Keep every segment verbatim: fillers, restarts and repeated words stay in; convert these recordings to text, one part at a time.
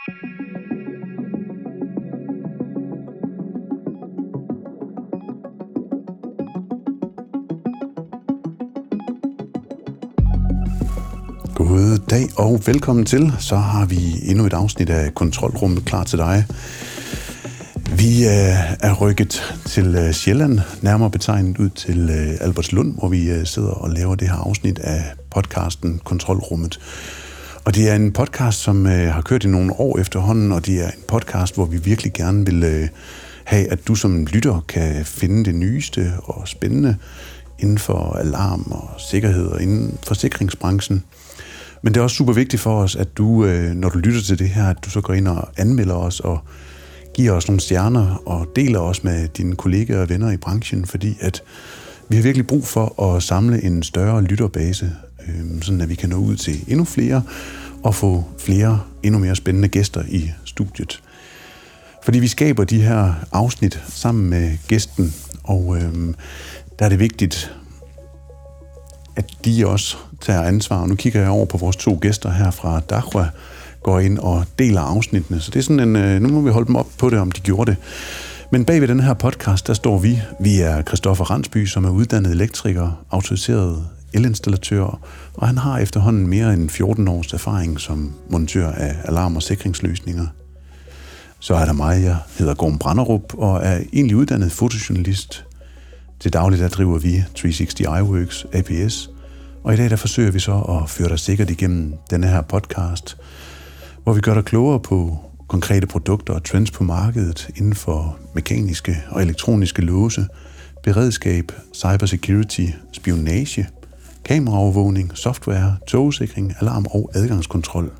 God dag og velkommen til. Så har vi endnu et afsnit af Kontrolrummet klar til dig. Vi er rykket til Sjælland, nærmere betegnet ud til Albertslund, hvor vi sidder og laver det her afsnit af podcasten Kontrolrummet. Og det er en podcast, som har kørt i nogle år efterhånden, og det er en podcast, hvor vi virkelig gerne vil have, at du som lytter kan finde det nyeste og spændende inden for alarm og sikkerhed og inden for forsikringsbranchen. Men det er også super vigtigt for os, at du, når du lytter til det her, at du så går ind og anmelder os og giver os nogle stjerner og deler os med dine kollegaer og venner i branchen, fordi at vi har virkelig brug for at samle en større lytterbase, sådan at vi kan nå ud til endnu flere og få flere endnu mere spændende gæster i studiet. Fordi vi skaber de her afsnit sammen med gæsten, og øhm, der er det vigtigt, at de også tager ansvar. Og nu kigger jeg over på vores to gæster her fra Dachua, går ind og deler afsnittene. Så det er sådan en, nu må vi holde dem op på det, om de gjorde det. Men bag ved den her podcast, der står vi. Vi er Christoffer Randsby, som er uddannet elektriker, autoriseret elinstallatør, og han har efterhånden mere end fjorten års erfaring som montør af alarm- og sikringsløsninger. Så er der mig, jeg hedder Gorm Branderup, og er egentlig uddannet fotojournalist. Til dagligt der driver vi tre sixty iWorks A P S, og i dag der forsøger vi så at føre dig sikkert igennem denne her podcast, hvor vi gør dig klogere på konkrete produkter og trends på markedet inden for mekaniske og elektroniske låse, beredskab, cybersecurity, spionage, kameraovervågning, software, togsikring, alarm og adgangskontrol.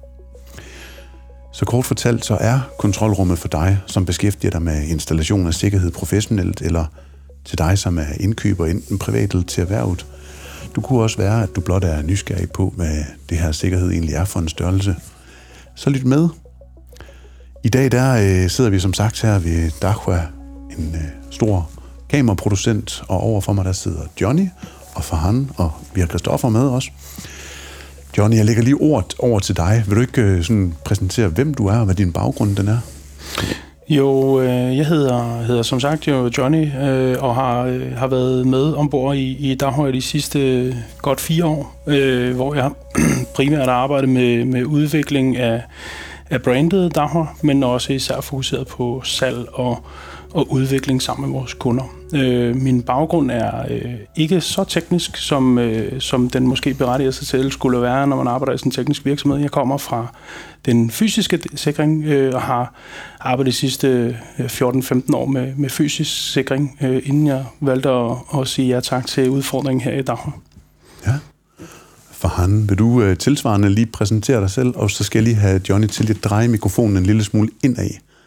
Så kort fortalt så er kontrolrummet for dig, som beskæftiger dig med installation af sikkerhed professionelt, eller til dig, som er indkøber enten privat eller til erhvervet. Du kunne også være, at du blot er nysgerrig på, hvad det her sikkerhed egentlig er for en størrelse. Så lyt med. I dag der øh, sidder vi som sagt her ved Dachua, en øh, stor kameraproducent, og overfor mig der sidder Johnny og Farhan, og vi har Christoffer med også. Johnny, jeg lægger lige ordet over til dig. Vil du ikke øh, sådan præsentere, hvem du er og hvad din baggrund den er? Jo, øh, jeg hedder, hedder som sagt jo Johnny, øh, og har, øh, har været med ombord i, i Dachua de sidste øh, godt fire år, øh, hvor jeg primært har arbejdet med, med udvikling af, af brandet Dachua, men også især fokuseret på salg og, og udvikling sammen med vores kunder. Øh, min baggrund er øh, ikke så teknisk, som, øh, som den måske berettiger sig til skulle være, når man arbejder i sådan en teknisk virksomhed. Jeg kommer fra den fysiske sikring øh, og har arbejdet de sidste fjorten femten år med, med fysisk sikring, øh, inden jeg valgte at, at sige ja tak til udfordringen her i Dachua. Ja. Farhan, vil du øh, tilsvarende lige præsentere dig selv, og så skal jeg lige have Johnny til at dreje mikrofonen en lille smule indad.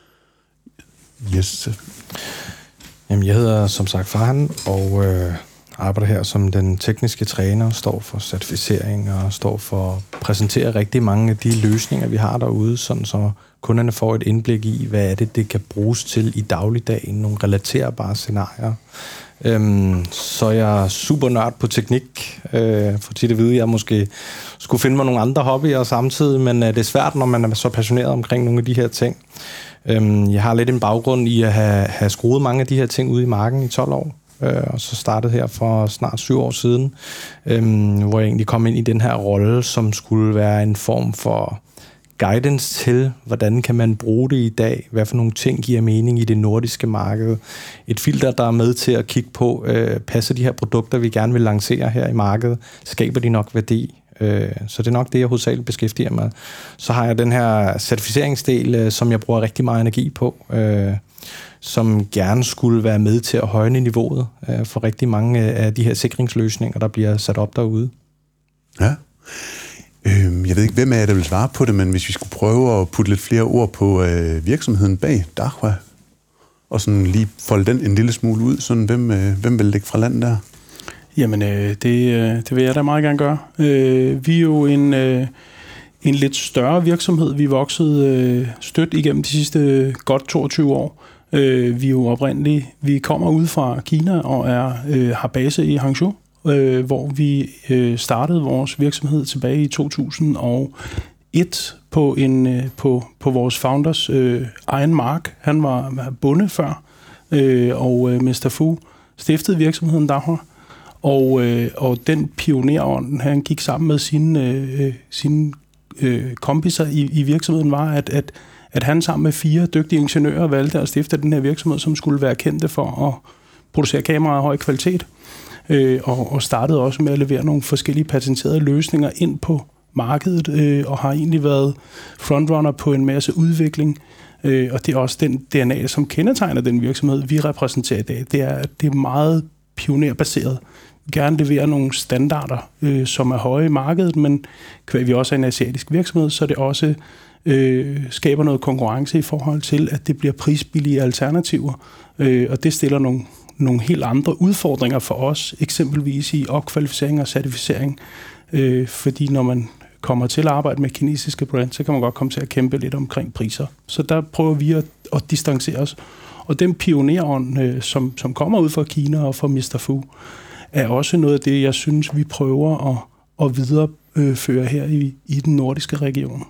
Yes. Jamen, jeg hedder som sagt Farhan, og øh, arbejder her som den tekniske træner, står for certificering og står for at præsentere rigtig mange af de løsninger, vi har derude, sådan så kunderne får et indblik i, hvad er det, det kan bruges til i dagligdagen, nogle relaterbare scenarier. Øhm, så er jeg super nørd på teknik, øh, for tit at vide, at jeg måske skulle finde mig nogle andre hobbyer samtidig, men øh, det er svært, når man er så passioneret omkring nogle af de her ting. Øhm, jeg har lidt en baggrund i at have, have skruet mange af de her ting ude i marken i tolv år, øh, og så startede her for snart syv år siden, øh, hvor jeg egentlig kom ind i den her rolle, som skulle være en form for guidance til, hvordan kan man bruge det i dag, hvad for nogle ting giver mening i det nordiske marked. Et filter, der er med til at kigge på, øh, passer de her produkter, vi gerne vil lancere her i markedet, skaber de nok værdi? Så det er nok det, jeg hovedsageligt beskæftiger mig. Så har jeg den her certificeringsdel, som jeg bruger rigtig meget energi på, som gerne skulle være med til at højne niveauet for rigtig mange af de her sikringsløsninger, der bliver sat op derude. Ja. Jeg ved ikke, hvem af jer, der vil svare på det, men hvis vi skulle prøve at putte lidt flere ord på virksomheden bag Dachua, og sådan lige folde den en lille smule ud, sådan hvem, hvem vil ligge fra land der? Jamen, øh, det, øh, det vil jeg da meget gerne gøre. Øh, vi er jo en, øh, en lidt større virksomhed. Vi er vokset øh, stødt igennem de sidste godt toogtyve år. Øh, vi er jo oprindeligt, vi kommer ud fra Kina og er, øh, har base i Hangzhou, øh, hvor vi øh, startede vores virksomhed tilbage i to tusind og et på, en, øh, på, på vores founders øh, egen mark. Han var, var bonde før, øh, og øh, mister Fu stiftede virksomheden Dahua. Og, øh, og den pionerånd, han gik sammen med sine, øh, sine øh, kompiser i, i virksomheden, var, at, at, at han sammen med fire dygtige ingeniører valgte at stifte den her virksomhed, som skulle være kendte for at producere kameraer af høj kvalitet. Øh, og, og startede også med at levere nogle forskellige patenterede løsninger ind på markedet, øh, og har egentlig været frontrunner på en masse udvikling. Øh, og det er også den D N A, som kendetegner den virksomhed, vi repræsenterer i dag. Det er, at det er meget pionerbaseret. Vi gerne leverer nogle standarder, øh, som er høje i markedet, men kvæg vi også er en asiatisk virksomhed, så det også øh, skaber noget konkurrence i forhold til, at det bliver prisbillige alternativer. Øh, og det stiller nogle, nogle helt andre udfordringer for os, eksempelvis i opkvalificering og certificering. Øh, fordi når man kommer til at arbejde med kinesiske brands, så kan man godt komme til at kæmpe lidt omkring priser. Så der prøver vi at, at distancere os. Og den pionerånd, øh, som, som kommer ud fra Kina og fra mister Fu, er også noget af det, jeg synes, vi prøver at, at videreføre her i, i den nordiske region.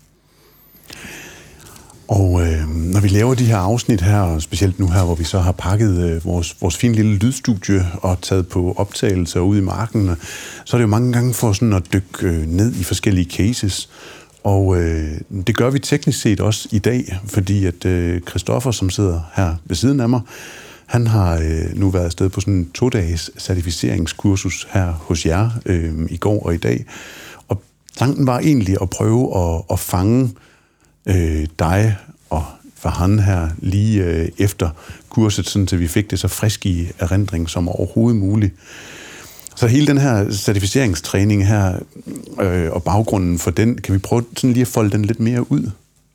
Og øh, når vi laver de her afsnit her, specielt nu her, hvor vi så har pakket øh, vores, vores fine lille lydstudie og taget på optagelser ude i marken, så er det jo mange gange for sådan at dykke øh, ned i forskellige cases. Og øh, det gør vi teknisk set også i dag, fordi at øh, Christoffer, som sidder her ved siden af mig, han har øh, nu været afsted på sådan en to-dages certificeringskursus her hos jer øh, i går og i dag. Og tanken var egentlig at prøve at, at fange øh, dig og Farhan her lige øh, efter kurset, sådan så vi fik det så frisk i erindring som overhovedet muligt. Så hele den her certificeringstræning her øh, og baggrunden for den, kan vi prøve sådan lige at folde den lidt mere ud?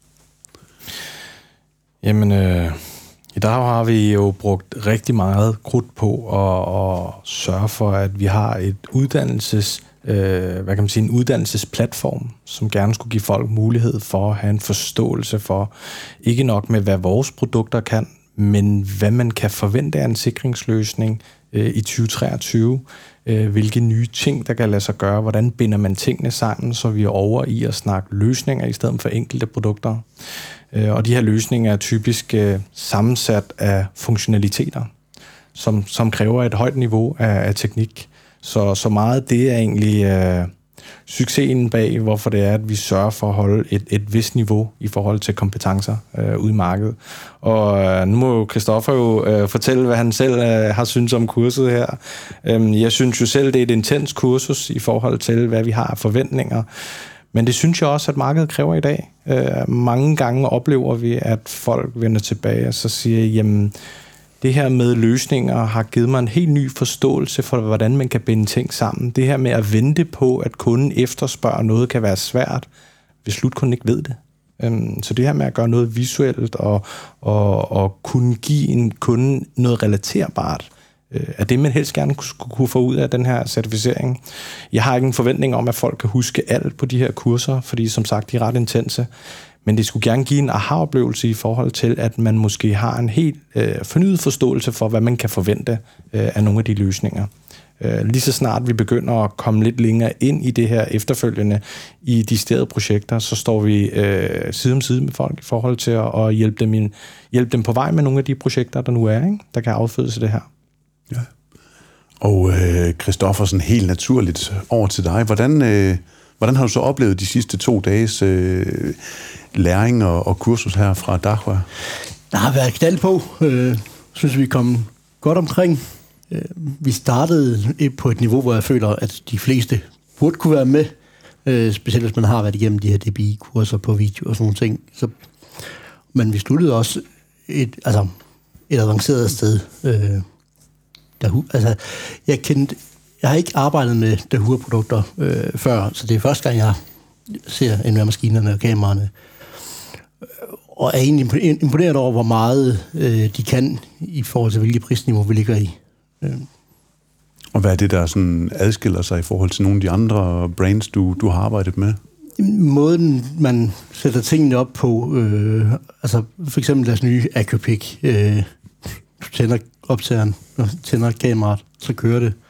Jamen, øh, i dag har vi jo brugt rigtig meget krudt på at, at sørge for, at vi har et uddannelses, øh, hvad kan man sige, en uddannelsesplatform, som gerne skulle give folk mulighed for at have en forståelse for, ikke nok med, hvad vores produkter kan, men hvad man kan forvente af en sikringsløsning øh, i tyve treogtyve. Øh, hvilke nye ting, der kan lade sig gøre, hvordan binder man tingene sammen, så vi er over i at snakke løsninger i stedet for enkelte produkter. Øh, og de her løsninger er typisk øh, sammensat af funktionaliteter, som, som kræver et højt niveau af, af teknik. Så, så meget det er egentlig øh, succesen bag, hvorfor det er, at vi sørger for at holde et, et vist niveau i forhold til kompetencer øh, ude i markedet. Og øh, nu må Christoffer jo øh, fortælle, hvad han selv øh, har synes om kurset her. Øh, jeg synes jo selv, det er et intens kursus i forhold til, hvad vi har af forventninger. Men det synes jeg også, at markedet kræver i dag. Øh, mange gange oplever vi, at folk vender tilbage og så siger, jamen, det her med løsninger har givet mig en helt ny forståelse for, hvordan man kan binde ting sammen. Det her med at vente på, at kunden efterspørger noget, kan være svært, hvis slutkunden ikke ved det. Så det her med at gøre noget visuelt og, og, og kunne give en kunde noget relaterbart, er det, man helst gerne skulle kunne få ud af den her certificering. Jeg har ikke en forventning om, at folk kan huske alt på de her kurser, fordi som sagt, de er ret intense. Men det skulle gerne give en aha-oplevelse i forhold til, at man måske har en helt øh, fornyet forståelse for, hvad man kan forvente øh, af nogle af de løsninger. Øh, lige så snart vi begynder at komme lidt længere ind i det her efterfølgende i de steder projekter, så står vi øh, side om side med folk i forhold til at, at hjælpe, dem in, hjælpe dem på vej med nogle af de projekter, der nu er, ikke? Der kan affødes af det her. Ja. Og øh, Christoffer, sådan helt naturligt over til dig. Hvordan, øh, hvordan har du så oplevet de sidste to dages øh, læring og, og kursus her fra Dahua? Der har været knald på. Øh, synes vi kom godt omkring. Øh, vi startede på et niveau, hvor jeg føler, at de fleste burde kunne være med. Øh, specielt hvis man har været igennem de her D B I-kurser på video og sådan nogle ting. Så, men vi sluttede også et, altså et avanceret sted. Øh, der, altså, jeg kendte Jeg har ikke arbejdet med Dahua-produkter øh, før, så det er første gang, jeg ser en af maskinerne og kameraerne. Og er egentlig imponeret over, hvor meget øh, de kan i forhold til, hvilket prisniveau vi ligger i. Øh. Og hvad er det, der sådan adskiller sig i forhold til nogle af de andre brands, du, du har arbejdet med? Måden, man sætter tingene op på, øh, altså for eksempel deres nye AccuPic, øh, du tænder optageren og tænder kameraet, så kører det.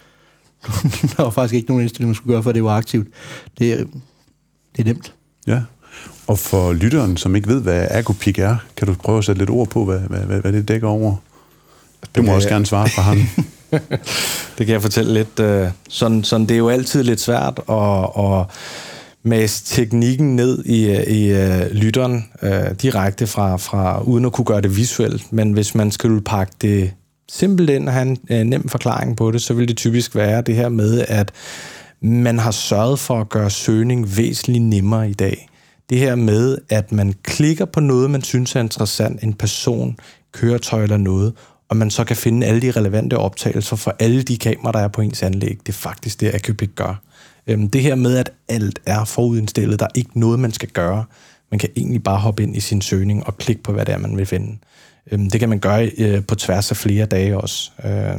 Der var faktisk ikke nogen indstilling, man skulle gøre, for det var aktivt. Det, det er nemt. Ja, Og for lytteren, som ikke ved, hvad ergopic er, kan du prøve at sætte lidt ord på, hvad, hvad, hvad det dækker over? Du må også gerne svare for ham. Det kan jeg fortælle lidt. Øh, sådan, sådan, det er jo altid lidt svært at, at mase teknikken ned i, i uh, lytteren øh, direkte fra, fra, uden at kunne gøre det visuelt. Men hvis man skulle pakke det simpelt ind og have en øh, nem forklaring på det, så vil det typisk være det her med, at man har sørget for at gøre søgning væsentligt nemmere i dag. Det her med, at man klikker på noget, man synes er interessant, en person, køretøj eller noget, og man så kan finde alle de relevante optagelser for alle de kameraer, der er på ens anlæg. Det er faktisk det, ergopic gør. Det her med, at alt er forudinstillet, der er ikke noget, man skal gøre. Man kan egentlig bare hoppe ind i sin søgning og klikke på, hvad det er, man vil finde. Det kan man gøre på tværs af flere dage også.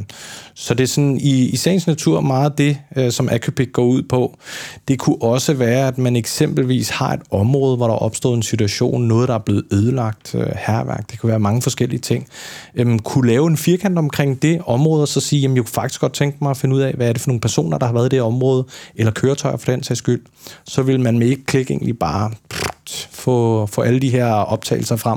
Så det er sådan i, i sagens natur meget det, som ergopic går ud på. Det kunne også være, at man eksempelvis har et område, hvor der er opstået en situation, noget, der er blevet ødelagt, hærværk, det kunne være mange forskellige ting. Kunne lave en firkant omkring det område, og så sige, jamen jeg kunne faktisk godt tænke mig at finde ud af, hvad er det for nogle personer, der har været i det område, eller køretøjer for den sags skyld. Så vil man med et klik egentlig bare få, få alle de her optagelser frem.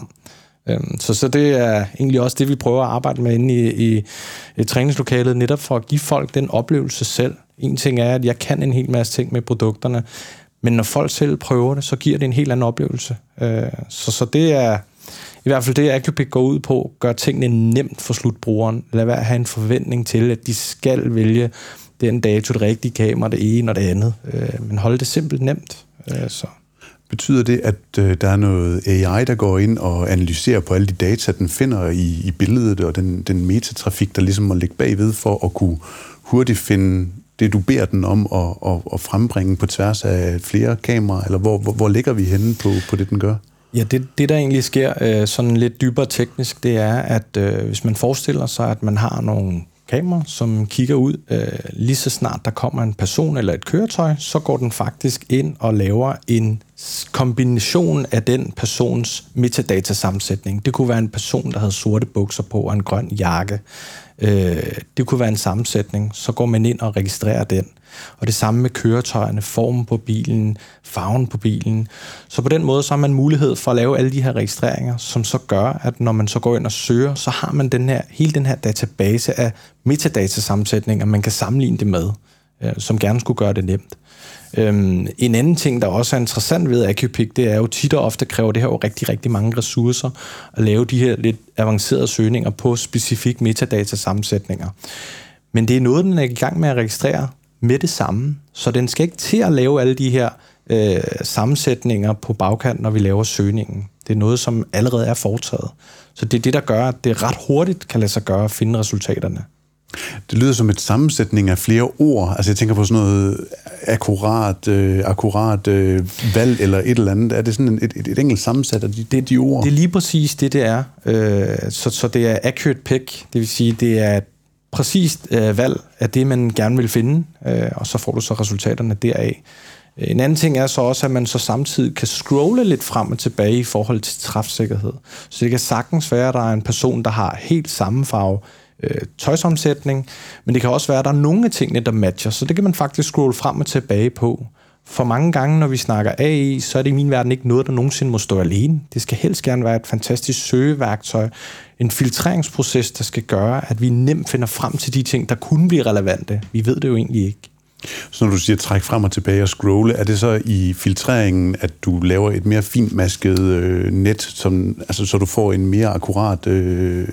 Så, så det er egentlig også det, vi prøver at arbejde med inde i, i, i træningslokalet, netop for at give folk den oplevelse selv. En ting er, at jeg kan en hel masse ting med produkterne, men når folk selv prøver det, så giver det en helt anden oplevelse. Så, så det er i hvert fald det, ergopic går ud på, gør tingene nemt for slutbrugeren. Lad være at have en forventning til, at de skal vælge den dato, det rigtige kamera, det ene og det andet. Men holde det simpelt nemt. Så. Betyder det, at øh, der er noget A I, der går ind og analyserer på alle de data, den finder i, i billedet, og den, den metatrafik, der ligesom må ligge bagved for at kunne hurtigt finde det, du beder den om at, at, at frembringe på tværs af flere kameraer, eller hvor, hvor, hvor ligger vi henne på, på det, den gør? Ja, det, det der egentlig sker øh, sådan lidt dybere teknisk, det er, at øh, hvis man forestiller sig, at man har nogle kamera, som kigger ud. Øh, lige så snart der kommer en person eller et køretøj, så går den faktisk ind og laver en kombination af den persons metadatasammensætning. Det kunne være en person, der havde sorte bukser på og en grøn jakke. Øh, det kunne være en sammensætning. Så går man ind og registrerer den. Og det samme med køretøjerne, formen på bilen, farven på bilen. Så på den måde så har man mulighed for at lave alle de her registreringer, som så gør, at når man så går ind og søger, så har man den her, hele den her database af metadatasammensætninger, man kan sammenligne det med, øh, som gerne skulle gøre det nemt. Øhm, en anden ting, der også er interessant ved ergopic, det er jo tit og ofte kræver det her jo rigtig, rigtig mange ressourcer at lave de her lidt avancerede søgninger på specifikke metadatasammensætninger. Men det er noget, den er i gang med at registrere med det samme, så den skal ikke til at lave alle de her øh, sammensætninger på bagkanten, når vi laver søgningen. Det er noget, som allerede er foretaget. Så det er det, der gør, at det ret hurtigt kan lade sig gøre at finde resultaterne. Det lyder som et sammensætning af flere ord. Altså jeg tænker på sådan noget akkurat, øh, akkurat øh, valg eller et eller andet. Er det sådan et, et, et enkelt sammensat af de, det, de ord? Det er lige præcis det, det er. Øh, så, så det er accurate pick, det vil sige, det er præcist øh, valg af det, man gerne vil finde, øh, og så får du så resultaterne deraf. En anden ting er så også, at man så samtidig kan scrolle lidt frem og tilbage i forhold til træfsikkerhed. Så det kan sagtens være, at der er en person, der har helt samme farve øh, tøjsomsætning, men det kan også være, at der er nogle af tingene, der matcher, så det kan man faktisk scrolle frem og tilbage på. For mange gange, når vi snakker A I, så er det i min verden ikke noget, der nogensinde må stå alene. Det skal helst gerne være et fantastisk søgeværktøj, en filtreringsproces, der skal gøre, at vi nemt finder frem til de ting, der kunne blive relevante. Vi ved det jo egentlig ikke. Så når du siger træk frem og tilbage og scrolle, er det så i filtreringen, at du laver et mere fintmasket øh, net, som, altså, så du får en mere akkurat øh,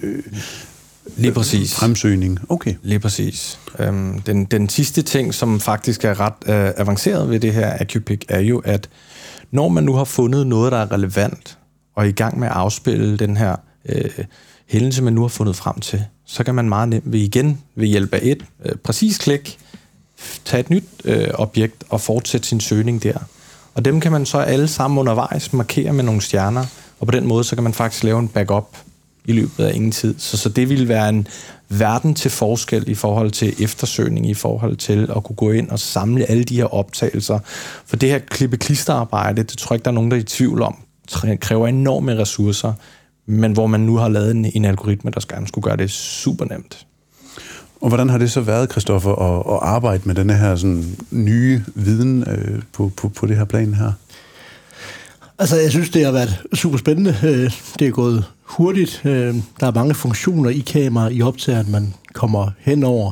Lige præcis. fremsøgning? Okay. Lige præcis. Øhm, den, den sidste ting, som faktisk er ret øh, avanceret ved det her ergopic, er jo, at når man nu har fundet noget, der er relevant, og er i gang med at afspille den her øh, hændelse, man nu har fundet frem til, så kan man meget nemt ved igen ved hjælp af et øh, præcis klik tage et nyt øh, objekt og fortsætte sin søgning der. Og dem kan man så alle sammen undervejs markere med nogle stjerner, og på den måde så kan man faktisk lave en backup i løbet af ingen tid. Så, så det vil være en verden til forskel i forhold til eftersøgning, i forhold til at kunne gå ind og samle alle de her optagelser. For det her klippe-klisterarbejde, det tror jeg ikke, der er nogen, der er i tvivl om, kræver enorme ressourcer, men hvor man nu har lavet en, en algoritme, der skal skulle gøre det super nemt. Og hvordan har det så været, Christoffer, at, at arbejde med denne her sådan, nye viden øh, på, på, på det her plan her? Altså, jeg synes, det har været super spændende. Det er gået hurtigt. Der er mange funktioner i kamera i optageren, man kommer henover.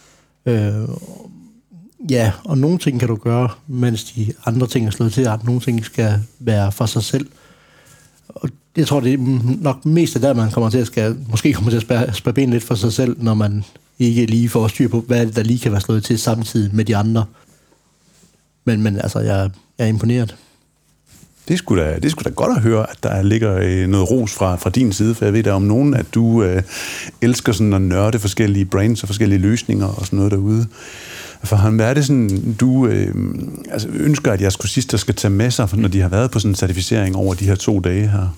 Ja, og nogle ting kan du gøre, mens de andre ting er slået til, at nogle ting skal være for sig selv. Og jeg tror, det er nok mest af der, man kommer til at skal, måske kommer til at spære, spære ben lidt for sig selv, når man ikke lige får styr på, hvad det, der lige kan være slået til samtidig med de andre. Men, men altså, jeg, jeg er imponeret. Det skulle da, det skulle da godt at høre, at der ligger noget ros fra, fra din side, for jeg ved da om nogen, at du øh, elsker sådan at nørde forskellige brands og forskellige løsninger og sådan noget derude. For han, hvad er det sådan, du øh, altså, ønsker, at jeres kursister skal tage med sig, når de har været på sådan en certificering over de her to dage her?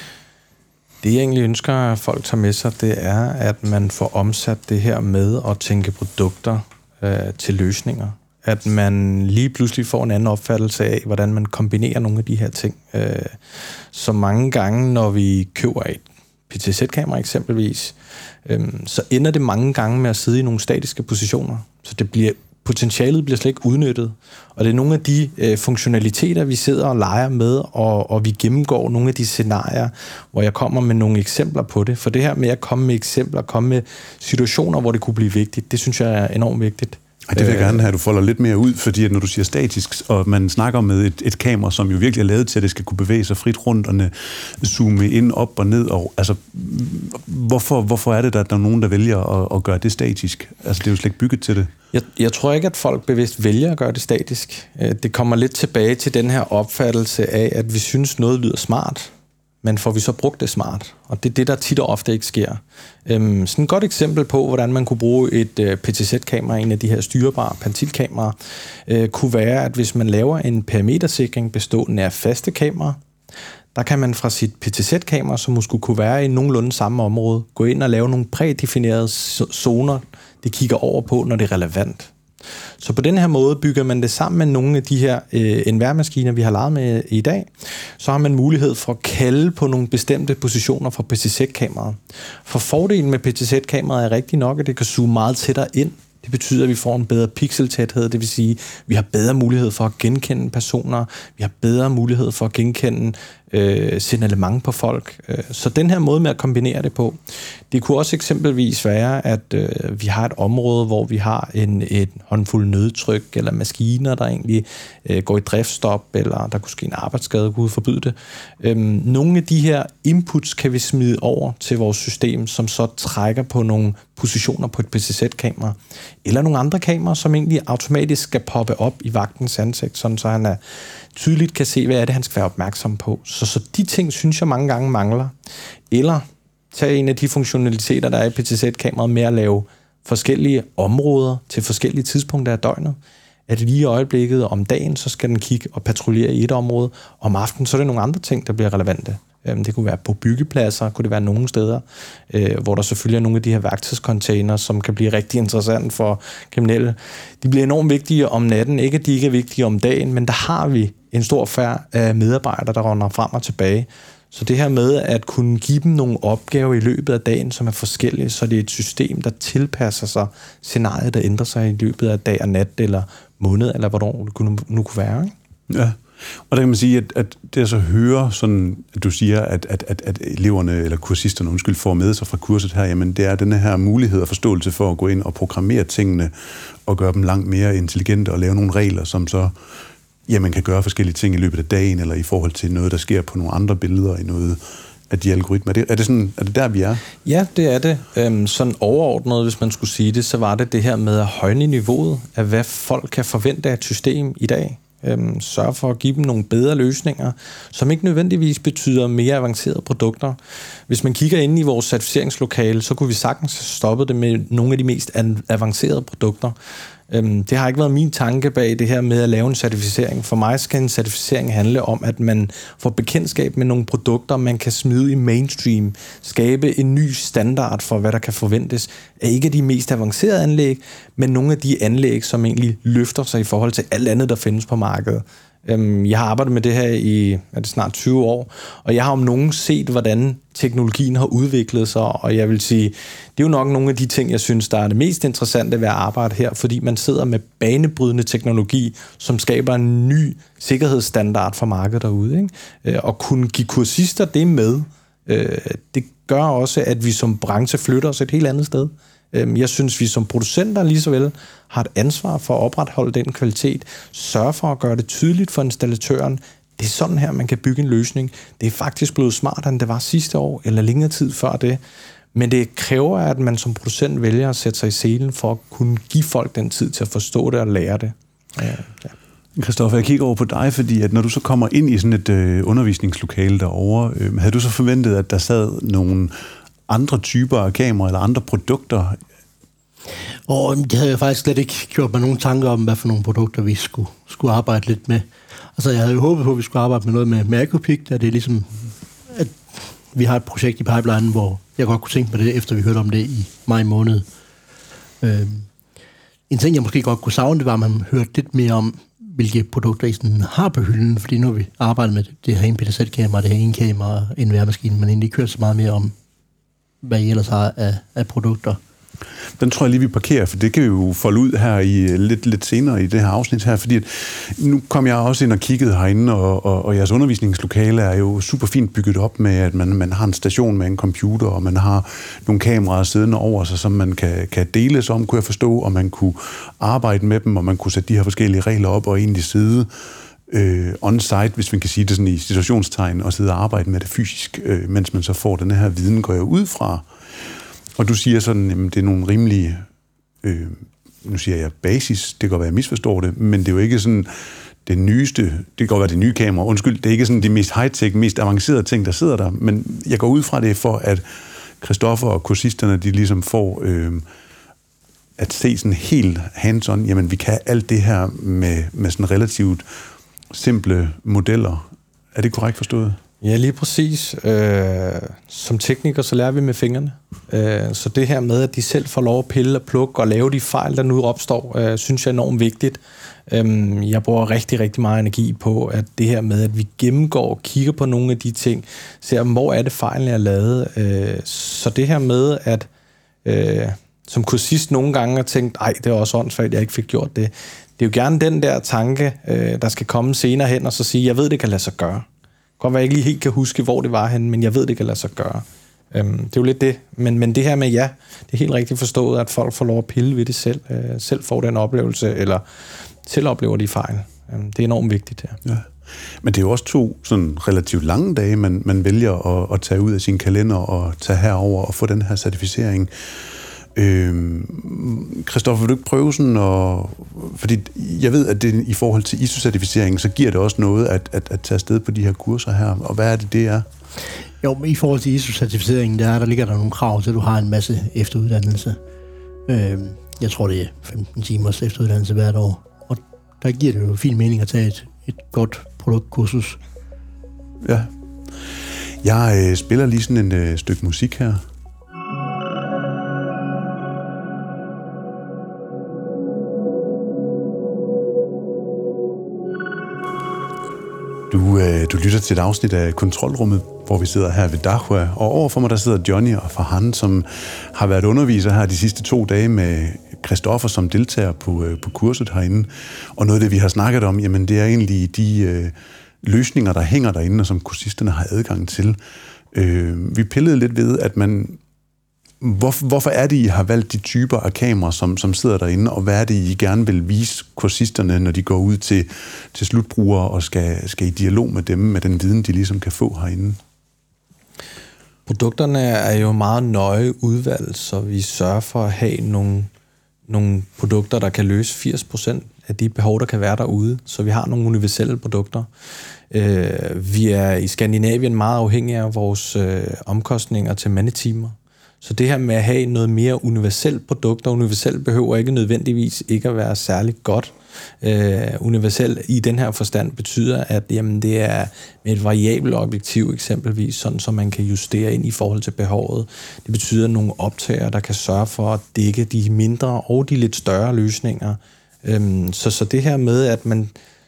Det, jeg egentlig ønsker, at folk tager med sig, det er, at man får omsat det her med at tænke produkter øh, til løsninger. At man lige pludselig får en anden opfattelse af, hvordan man kombinerer nogle af de her ting. Øh, så mange gange, når vi køber et P T Z-kamera eksempelvis, øh, så ender det mange gange med at sidde i nogle statiske positioner. Så det bliver, potentialet bliver slet ikke udnyttet. Og det er nogle af de øh, funktionaliteter, vi sidder og leger med, og, og vi gennemgår nogle af de scenarier, hvor jeg kommer med nogle eksempler på det. For det her med at komme med eksempler, komme med situationer, hvor det kunne blive vigtigt, det synes jeg er enormt vigtigt. Det vil jeg gerne have, at du folder lidt mere ud, fordi at når du siger statisk, og man snakker med et, et kamera, som jo virkelig er lavet til, at det skal kunne bevæge sig frit rundt og zoome ind, op og ned. Og, altså, hvorfor, hvorfor er det, at der er nogen, der vælger at, at gøre det statisk? Altså, det er jo slet ikke bygget til det. Jeg, jeg tror ikke, at folk bevidst vælger at gøre det statisk. Det kommer lidt tilbage til den her opfattelse af, at vi synes, noget lyder smart, men får vi så brugt det smart? Og det er det, der tit og ofte ikke sker. Øhm, sådan et godt eksempel på, hvordan man kunne bruge et øh, P T Z-kamera, en af de her styrebare pantilkameraer, øh, kunne være, at hvis man laver en parametersikring bestående af faste kameraer, der kan man fra sit P T Z-kamera, som måske kunne være i nogenlunde samme område, gå ind og lave nogle prædefinerede zoner, det kigger over på, når det er relevant. Så på den her måde bygger man det sammen med nogle af de her øh, N V R maskiner, vi har leget med i dag. Så har man mulighed for at kalde på nogle bestemte positioner fra P T Z-kameraet. For fordelen med P T Z-kameraet er rigtig nok, at det kan zoome meget tættere ind. Det betyder, at vi får en bedre pixeltæthed, det vil sige, at vi har bedre mulighed for at genkende personer, vi har bedre mulighed for at genkende øh, signalement på folk. Så den her måde med at kombinere det på, det kunne også eksempelvis være, at øh, vi har et område, hvor vi har en, en håndfuld nødtryk, eller maskiner, der egentlig øh, går i driftstop, eller der kunne ske en arbejdsskade, kunne forbyde det. Øhm, nogle af de her inputs kan vi smide over til vores system, som så trækker på nogle positioner på et P T Z-kamera, eller nogle andre kameraer, som egentlig automatisk skal poppe op i vagtens ansigt, sådan så han er tydeligt kan se, hvad er det, han skal være opmærksom på. Så, så de ting, synes jeg mange gange mangler. Eller tage en af de funktionaliteter, der er i P T Z-kameraet med at lave forskellige områder til forskellige tidspunkter af døgnet. At lige i øjeblikket om dagen, så skal den kigge og patruljere i et område. Om aftenen, så er det nogle andre ting, der bliver relevante. Det kunne være på byggepladser, kunne det være nogle steder, øh, hvor der selvfølgelig er nogle af de her værktøjscontainer, som kan blive rigtig interessant for kriminelle. De bliver enormt vigtige om natten, ikke at de ikke er vigtige om dagen, men der har vi en stor færd af medarbejdere, der render frem og tilbage. Så det her med at kunne give dem nogle opgaver i løbet af dagen, som er forskellige, så det er et system, der tilpasser sig scenariet, der ændrer sig i løbet af dag og nat, eller måned, eller hvornår det kunne, nu kunne være. Ikke? Ja. Og der kan man sige, at, at det jeg så hører, sådan, at du siger, at, at, at, at eleverne, eller kursisterne, undskyld, får med sig fra kurset her, jamen det er denne her mulighed og forståelse for at gå ind og programmere tingene, og gøre dem langt mere intelligente, og lave nogle regler, som så, ja, man kan gøre forskellige ting i løbet af dagen, eller i forhold til noget, der sker på nogle andre billeder, i noget af de algoritmer. Er det, er det, sådan, er det der, vi er? Ja, det er det. Øhm, sådan overordnet, hvis man skulle sige det, så var det det her med at højne niveauet af, hvad folk kan forvente af et system i dag. Øhm, sørge for at give dem nogle bedre løsninger, som ikke nødvendigvis betyder mere avancerede produkter. Hvis man kigger ind i vores certificeringslokale, så kunne vi sagtens have stoppet det med nogle af de mest avancerede produkter. Øhm, det har ikke været min tanke bag det her med at lave en certificering. For mig skal en certificering handle om, at man får bekendtskab med nogle produkter, man kan smide i mainstream, skabe en ny standard for, hvad der kan forventes af ikke de mest avancerede anlæg, men nogle af de anlæg, som egentlig løfter sig i forhold til alt andet, der findes på markedet. Jeg har arbejdet med det her i er det snart tyve år, og jeg har om nogen set, hvordan teknologien har udviklet sig, og jeg vil sige, det er jo nok nogle af de ting, jeg synes, der er det mest interessante ved at arbejde her, fordi man sidder med banebrydende teknologi, som skaber en ny sikkerhedsstandard for markedet derude, ikke? Og kunne give kursister det med, det gør også, at vi som branche flytter os et helt andet sted. Jeg synes, vi som producenter lige så vel har et ansvar for at opretholde den kvalitet, sørge for at gøre det tydeligt for installatøren. Det er sådan her, man kan bygge en løsning. Det er faktisk blevet smartere, end det var sidste år, eller længere tid før det. Men det kræver, at man som producent vælger at sætte sig i selen for at kunne give folk den tid til at forstå det og lære det. Ja, ja. Christoffer, jeg kigger over på dig, fordi at når du så kommer ind i sådan et øh, undervisningslokale derovre, øh, havde du så forventet, at der sad nogle andre typer af kameraer eller andre produkter? Og det havde jeg faktisk slet ikke gjort mig nogen tanker om, hvad for nogle produkter vi skulle, skulle arbejde lidt med. Altså, jeg havde jo håbet på, at vi skulle arbejde med noget med, med Acupik, da det er ligesom, at vi har et projekt i pipeline, hvor jeg godt kunne tænke på det, efter vi hørte om det i maj måned. Øh, en ting, jeg måske godt kunne savne, det var, at man hørte lidt mere om, hvilke produkter I sådan har på hylden, fordi nu har vi arbejdet med det, det her en P D Z-kamera, det her en kamera, en værmaskine, men egentlig ikke hørt så meget mere om, hvad I ellers har af, af produkter. Den tror jeg lige, vi parkerer, for det kan vi jo folde ud her i lidt, lidt senere i det her afsnit her, fordi at nu kom jeg også ind og kiggede herinde, og, og, og jeres undervisningslokale er jo super fint bygget op med, at man, man har en station med en computer, og man har nogle kameraer siddende over sig, som man kan, kan deles om, kunne jeg forstå, og man kunne arbejde med dem, og man kunne sætte de her forskellige regler op og egentlig sidde øh, on-site, hvis man kan sige det sådan i situationstegn, og sidde og arbejde med det fysisk, øh, mens man så får den her viden, går jeg ud fra. Og du siger sådan, at det er nogle rimelige, øh, nu siger jeg basis, det kan godt være, jeg misforstår det, men det er jo ikke sådan det nyeste, det kan godt være det nye kamera, undskyld, det er ikke sådan de mest high-tech, mest avancerede ting, der sidder der, men jeg går ud fra det for, at Christoffer og kursisterne, de ligesom får øh, at se sådan helt hands-on, jamen vi kan alt det her med, med sådan relativt simple modeller. Er det korrekt forstået? Ja, lige præcis. Øh, som tekniker, så lærer vi med fingrene. Øh, så det her med, at de selv får lov at pille og plukke og lave de fejl, der nu opstår, øh, synes jeg er enormt vigtigt. Øh, jeg bruger rigtig, rigtig meget energi på, at det her med, at vi gennemgår og kigger på nogle af de ting, ser, hvor er det fejlen, er lavet. Øh, så det her med, at øh, som kursist nogle gange har tænkt, ej, det er også åndssvagt, jeg ikke fik gjort det. Det er jo gerne den der tanke, øh, der skal komme senere hen, og så sige, jeg ved, det kan lade sig gøre. Godt være, jeg ikke lige helt kan huske, hvor det var henne, men jeg ved, det kan lade sig gøre. Øhm, det er jo lidt det. Men, men det her med, ja, det er helt rigtigt forstået, at folk får lov at pille ved det selv. Øh, selv får den oplevelse, eller selv oplever de fejl. Øhm, det er enormt vigtigt her. Ja. Men det er jo også to sådan relativt lange dage, man, man vælger at, at tage ud af sin kalender og tage herover og få den her certificering. Øhm, Christoffer, vil du ikke prøve sådan at... Fordi jeg ved, at det, i forhold til I S O-certificeringen, så giver det også noget at, at, at tage afsted på de her kurser her. Og hvad er det, det er? Jo, men i forhold til I S O-certificeringen, der, der ligger der nogle krav til, at du har en masse efteruddannelse. Øhm, jeg tror, det er femten timers efteruddannelse hvert år. Og der giver det jo fin mening at tage et, et godt produktkursus. Ja. Jeg øh, spiller lige sådan et øh, stykke musik her. Du, øh, du lytter til et afsnit af Kontrolrummet, hvor vi sidder her ved Dahua, og overfor mig der sidder Johnny og Farhan, som har været underviser her de sidste to dage med Christoffer som deltager på, øh, på kurset herinde. Og noget af det, vi har snakket om, jamen det er egentlig de øh, løsninger, der hænger derinde, og som kursisterne har adgang til. Øh, vi pillede lidt ved, at man... Hvor, hvorfor er det, I har valgt de typer af kameraer, som, som sidder derinde, og hvad er det, I gerne vil vise kursisterne, når de går ud til, til slutbrugere og skal, skal i dialog med dem, med den viden, de ligesom kan få herinde? Produkterne er jo meget nøje udvalgt, så vi sørger for at have nogle, nogle produkter, der kan løse firs procent af de behov, der kan være derude. Så vi har nogle universelle produkter. Øh, vi er i Skandinavien meget afhængige af vores øh, omkostninger til mandetimer. Så det her med at have noget mere universelt produkt, og universelt behøver ikke nødvendigvis ikke at være særlig godt. Uh, universelt i den her forstand betyder, at jamen, det er med et variabelt objektiv eksempelvis, sådan så man kan justere ind i forhold til behovet. Det betyder nogle optager, der kan sørge for at dække de mindre og de lidt større løsninger. Um, så, så det her med, at man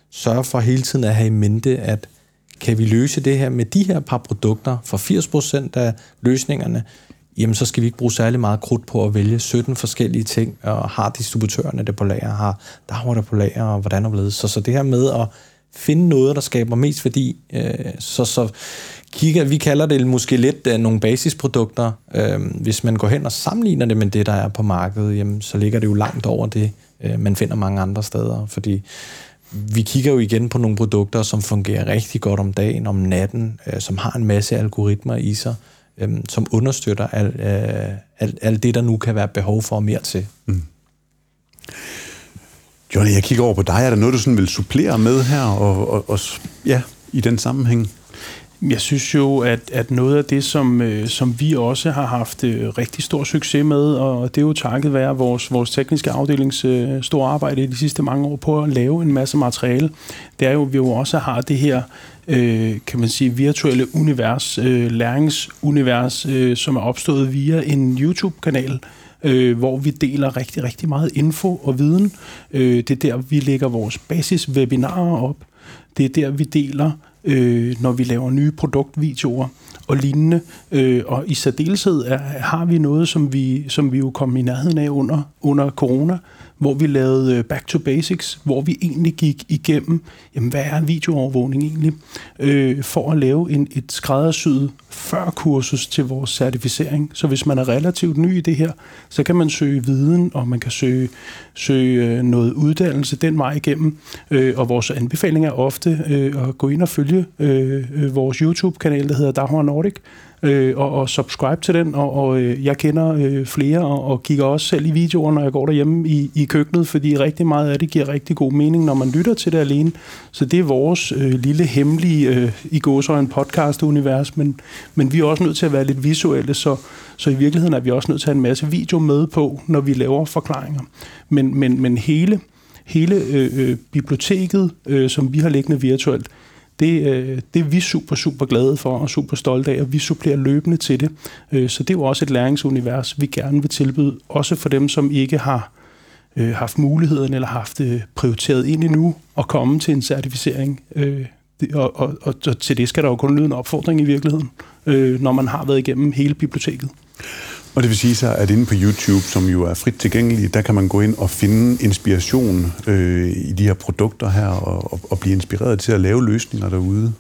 sørge for hele tiden at have i mente, at kan vi løse det her med de her par produkter for firs procent af løsningerne, jamen så skal vi ikke bruge særlig meget krudt på at vælge sytten forskellige ting, og har distributørerne det på lager, har Dahua det på lager, og hvordan og hvorledes. Så, så det her med at finde noget, der skaber mest værdi, øh, så, så kigger, vi kalder det måske lidt uh, nogle basisprodukter. Øh, hvis man går hen og sammenligner det med det, der er på markedet, jamen, så ligger det jo langt over det, øh, man finder mange andre steder, fordi vi kigger jo igen på nogle produkter, som fungerer rigtig godt om dagen, om natten, øh, som har en masse algoritmer i sig, øh, som understøtter alt øh, al, al det, der nu kan være behov for mere til. Mm. Johnny, jeg kigger over på dig. Er der noget, du sådan vil supplere med her, og, og, og ja, i den sammenhæng? Jeg synes jo, at, at noget af det, som, øh, som vi også har haft øh, rigtig stor succes med, og det er jo takket være vores, vores tekniske afdelings øh, store arbejde i de sidste mange år på at lave en masse materiale, det er jo, at vi jo også har det her, øh, kan man sige, virtuelle univers, øh, læringsunivers, øh, som er opstået via en YouTube-kanal, øh, hvor vi deler rigtig, rigtig meget info og viden. Øh, det er der, vi lægger vores basiswebinarer op. Det er der, vi deler, øh, når vi laver nye produktvideoer og lignende. Øh, og i særdeleshed er, har vi noget, som vi, som vi jo kom i nærheden af under, under corona, hvor vi lavede Back to Basics, hvor vi egentlig gik igennem, jamen, hvad er videoovervågning egentlig, øh, for at lave en, et skræddersyet før-kursus til vores certificering. Så hvis man er relativt ny i det her, så kan man søge viden, og man kan søge, søge noget uddannelse den vej igennem. Øh, og vores anbefaling er ofte øh, at gå ind og følge øh, vores YouTube-kanal, der hedder Dahua Nordic, Øh, og, og subscribe til den, og, og øh, jeg kender øh, flere, og, og kigger også selv i videoer, når jeg går derhjemme i, i køkkenet, fordi rigtig meget af det giver rigtig god mening, når man lytter til det alene. Så det er vores øh, lille hemmelige, øh, i gåseøjne podcast-univers, men, men vi er også nødt til at være lidt visuelle, så, så i virkeligheden er vi også nødt til at have en masse video med på, når vi laver forklaringer. Men, men, men hele, hele øh, biblioteket, øh, som vi har liggende virtuelt, Det, det er vi super, super glade for og super stolte af, og vi supplerer løbende til det. Så det er jo også et læringsunivers, vi gerne vil tilbyde, også for dem, som ikke har øh, haft muligheden eller haft øh, prioriteret ind endnu at komme til en certificering. Øh, og, og, og, og til det skal der jo kun lyde en opfordring i virkeligheden, øh, når man har været igennem hele biblioteket. Og det vil sige så, at inde på YouTube, som jo er frit tilgængelig, der kan man gå ind og finde inspiration øh, i de her produkter her, og, og, og blive inspireret til at lave løsninger derude.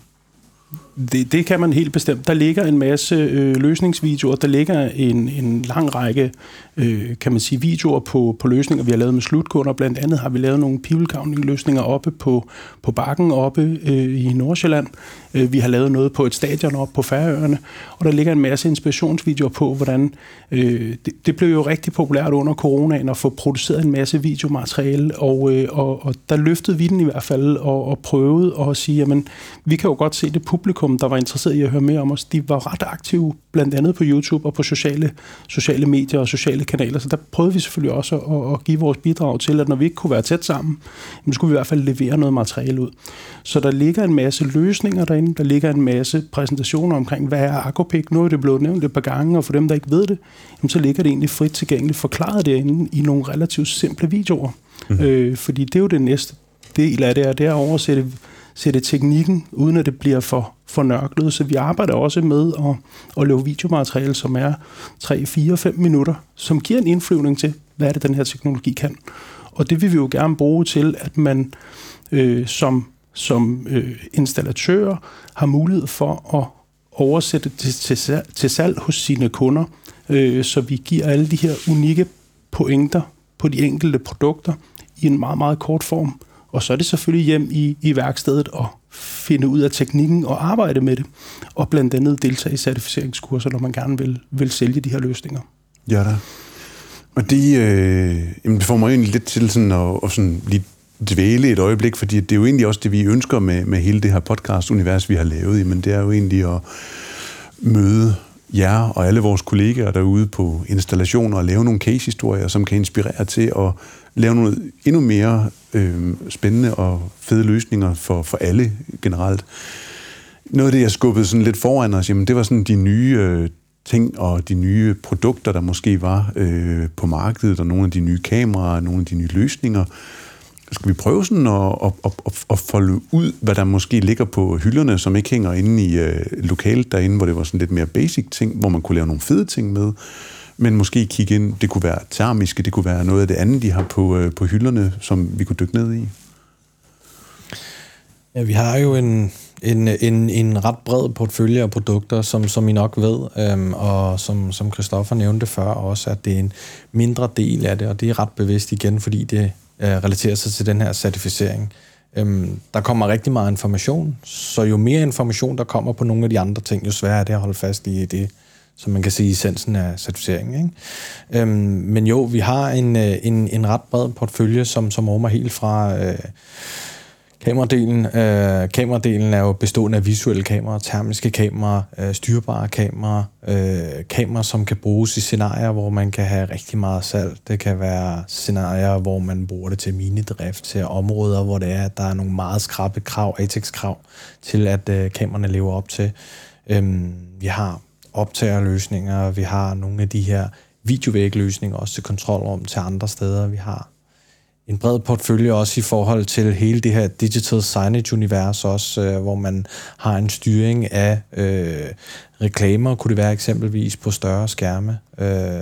Det, det kan man helt bestemt. Der ligger en masse øh, løsningsvideoer, der ligger en, en lang række, øh, kan man sige, videoer på, på løsninger, vi har lavet med slutkunder. Blandt andet har vi lavet nogle people counting løsninger oppe på, på bakken oppe øh, i Nordsjælland. Øh, vi har lavet noget på et stadion oppe på Færøerne, og der ligger en masse inspirationsvideoer på, hvordan øh, det, det blev jo rigtig populært under coronaen at få produceret en masse videomateriale, og, øh, og, og der løftede vi den i hvert fald og, og prøvede at sige, jamen, vi kan jo godt se det publikum, der var interesseret i at høre mere om os, de var ret aktive, blandt andet på YouTube og på sociale, sociale medier og sociale kanaler. Så der prøvede vi selvfølgelig også at, at give vores bidrag til, at når vi ikke kunne være tæt sammen, så skulle vi i hvert fald levere noget materiale ud. Så der ligger en masse løsninger derinde, der ligger en masse præsentationer omkring, hvad er Akopik? Nu er det blevet nævnt et par gange, og for dem, der ikke ved det, så ligger det egentlig frit tilgængeligt forklaret derinde i nogle relativt simple videoer. Mm. Øh, fordi det er jo det næste del af det, og det er at oversætte sætte teknikken, uden at det bliver for, for nørklet. Så vi arbejder også med at, at lave videomateriale, som er tre, fire, fem minutter, som giver en indflyvning til, hvad er det, den her teknologi kan. Og det vil vi jo gerne bruge til, at man øh, som, som øh, installatør har mulighed for at oversætte det til, til, til salg hos sine kunder, øh, så vi giver alle de her unikke pointer på de enkelte produkter i en meget, meget kort form. Og så er det selvfølgelig hjem i, i værkstedet og finde ud af teknikken og arbejde med det. Og blandt andet deltage i certificeringskurser, når man gerne vil, vil sælge de her løsninger. Ja da. Og det, øh, jamen det får mig egentlig lidt til sådan at, at sådan lige dvæle et øjeblik, fordi det er jo egentlig også det, vi ønsker med, med hele det her podcast-univers, vi har lavet. Men det er jo egentlig at møde jer og alle vores kollegaer derude på installationer og lave nogle case-historier, som kan inspirere til at lave noget endnu mere øh, spændende og fede løsninger for, for alle generelt. Noget af det, jeg skubbede sådan lidt foran os, jamen, det var sådan de nye øh, ting og de nye produkter, der måske var øh, på markedet, og nogle af de nye kameraer, nogle af de nye løsninger. skal vi prøve sådan at, at, at, at folde ud, hvad der måske ligger på hylderne, som ikke hænger inde i øh, lokalet derinde, hvor det var sådan lidt mere basic ting, hvor man kunne lave nogle fede ting med, men måske kigge ind, det kunne være termiske, det kunne være noget af det andet, de har på, øh, på hylderne, som vi kunne dykke ned i. Ja, vi har jo en, en, en, en ret bred portefølje af produkter, som, som I nok ved, øhm, og som, som Christoffer nævnte før også, at det er en mindre del af det, og det er ret bevidst igen, fordi det øh, relaterer sig til den her certificering. Øhm, der kommer rigtig meget information, så jo mere information, der kommer på nogle af de andre ting, jo sværere er det at holde fast i det, som man kan sige, essensen af certificeringen. Ikke? Øhm, men jo, vi har en, en, en ret bred portefølje, som, som rummer helt fra øh, kameradelen. Øh, kameradelen er jo bestående af visuelle kameraer, termiske kameraer, øh, styrbare kameraer, øh, kameraer, som kan bruges i scenarier, hvor man kan have rigtig meget salg. Det kan være scenarier, hvor man bruger det til minedrift, til områder, hvor det er, at der er nogle meget skrappe krav, A T E X-krav, til at øh, kameraerne lever op til. Øhm, vi har optagerløsninger, vi har nogle af de her videovægløsninger også til kontrolrum til andre steder. Vi har en bred portefølje også i forhold til hele det her digital signage-univers også, øh, hvor man har en styring af øh, reklamer, kunne det være eksempelvis på større skærme. Øh,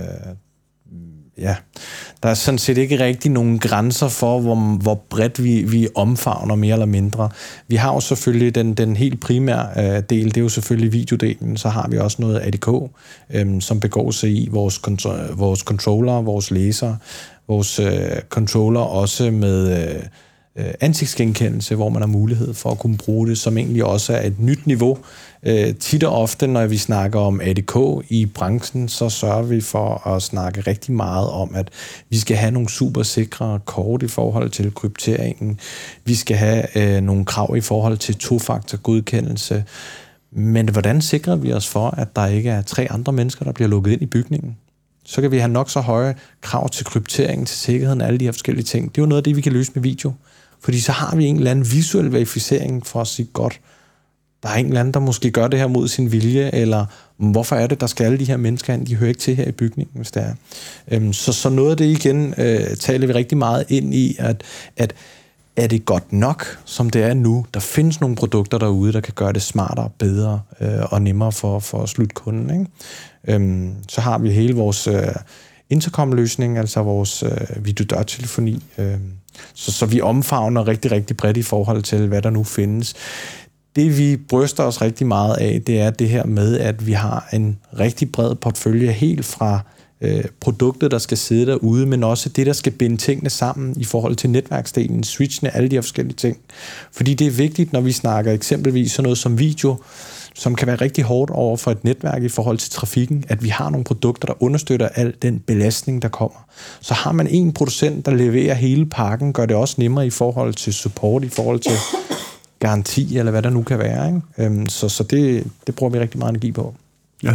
ja, der er sådan set ikke rigtig nogen grænser for, hvor, hvor bredt vi, vi omfavner mere eller mindre. Vi har jo selvfølgelig den, den helt primære øh, del, det er jo selvfølgelig videodelen, så har vi også noget A D K, øh, som begår sig i vores, kont- vores controller, vores læser, vores øh, controller også med øh, ansigtsgenkendelse, hvor man har mulighed for at kunne bruge det, som egentlig også er et nyt niveau. Øh, tit og ofte, når vi snakker om A D K i branchen, så sørger vi for at snakke rigtig meget om, at vi skal have nogle super sikre kort i forhold til krypteringen. Vi skal have øh, nogle krav i forhold til to-faktor godkendelse. Men hvordan sikrer vi os for, at der ikke er tre andre mennesker, der bliver lukket ind i bygningen? Så kan vi have nok så høje krav til kryptering, til sikkerheden, alle de her forskellige ting. Det er jo noget af det, vi kan løse med video. Fordi så har vi en eller anden visuel verificering for at sige, godt, der er en eller anden, der måske gør det her mod sin vilje, eller hvorfor er det, der skal alle de her mennesker ind, de hører ikke til her i bygningen, hvis det er. Øhm, så, så noget af det igen øh, taler vi rigtig meget ind i, at, at er det godt nok, som det er nu? Der findes nogle produkter derude, der kan gøre det smartere, bedre øh, og nemmere for, for slutkunden, ikke? Øhm, så har vi hele vores øh, intercom-løsning, altså vores øh, videodørtelefoni. Øh, så, så vi omfavner rigtig, rigtig bredt i forhold til, hvad der nu findes. Det vi bryster os rigtig meget af, det er det her med, at vi har en rigtig bred portefølje helt fra øh, produktet, der skal sidde derude, men også det, der skal binde tingene sammen i forhold til netværksdelen, switchene, alle de her forskellige ting. Fordi det er vigtigt, når vi snakker eksempelvis sådan noget som video, som kan være rigtig hårdt over for et netværk i forhold til trafikken, at vi har nogle produkter, der understøtter al den belastning, der kommer. Så har man en producent, der leverer hele pakken, gør det også nemmere i forhold til support, i forhold til garanti, eller hvad der nu kan være. Ikke? Så, så det, det bruger vi rigtig meget energi på. Ja.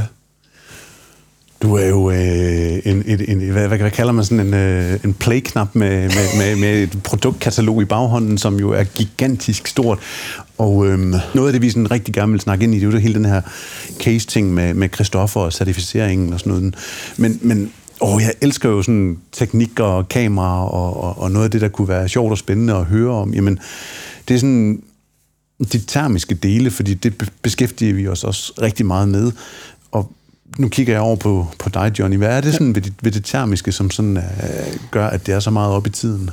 Du er jo øh, en, en, en, hvad, hvad kalder man sådan en, øh, en play-knap med, med, med, med et produktkatalog i baghånden, som jo er gigantisk stort. Og øh, noget af det, vi sådan rigtig gerne vil snakke ind i, det er jo hele den her case-ting med, med Christoffer og certificeringen og sådan noget. Men, men åh, jeg elsker jo sådan teknik og kamera og, og, og noget af det, der kunne være sjovt og spændende at høre om. Jamen, det er sådan de termiske dele, fordi det beskæftiger vi os også rigtig meget med. Og nu kigger jeg over på, på dig, Johnny. Hvad er det sådan ved det, ved det termiske, som sådan uh, gør, at det er så meget op i tiden?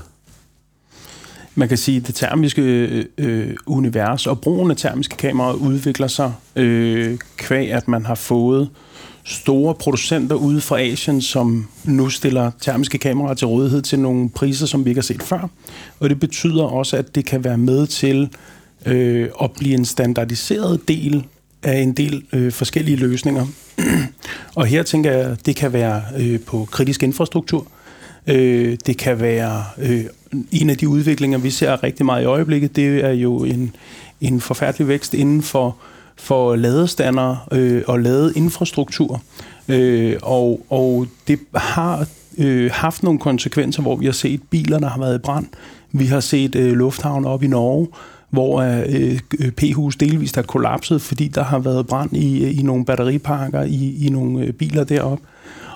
Man kan sige, at det termiske øh, univers og brugen af termiske kameraer udvikler sig øh, kvæg, at man har fået store producenter ude fra Asien, som nu stiller termiske kameraer til rådighed til nogle priser, som vi ikke har set før. Og det betyder også, at det kan være med til øh, at blive en standardiseret del af en del øh, forskellige løsninger. Og her tænker jeg, at det kan være øh, på kritisk infrastruktur. Øh, det kan være øh, en af de udviklinger, vi ser rigtig meget i øjeblikket. Det er jo en, en forfærdelig vækst inden for, for ladestander øh, og ladeinfrastruktur. Øh, og, og det har øh, haft nogle konsekvenser, hvor vi har set biler, der har været i brand. Vi har set øh, lufthavne op i Norge, hvor øh, P-hus delvist er kollapset, fordi der har været brand i, i nogle batteriparker, i, i nogle øh, biler deroppe.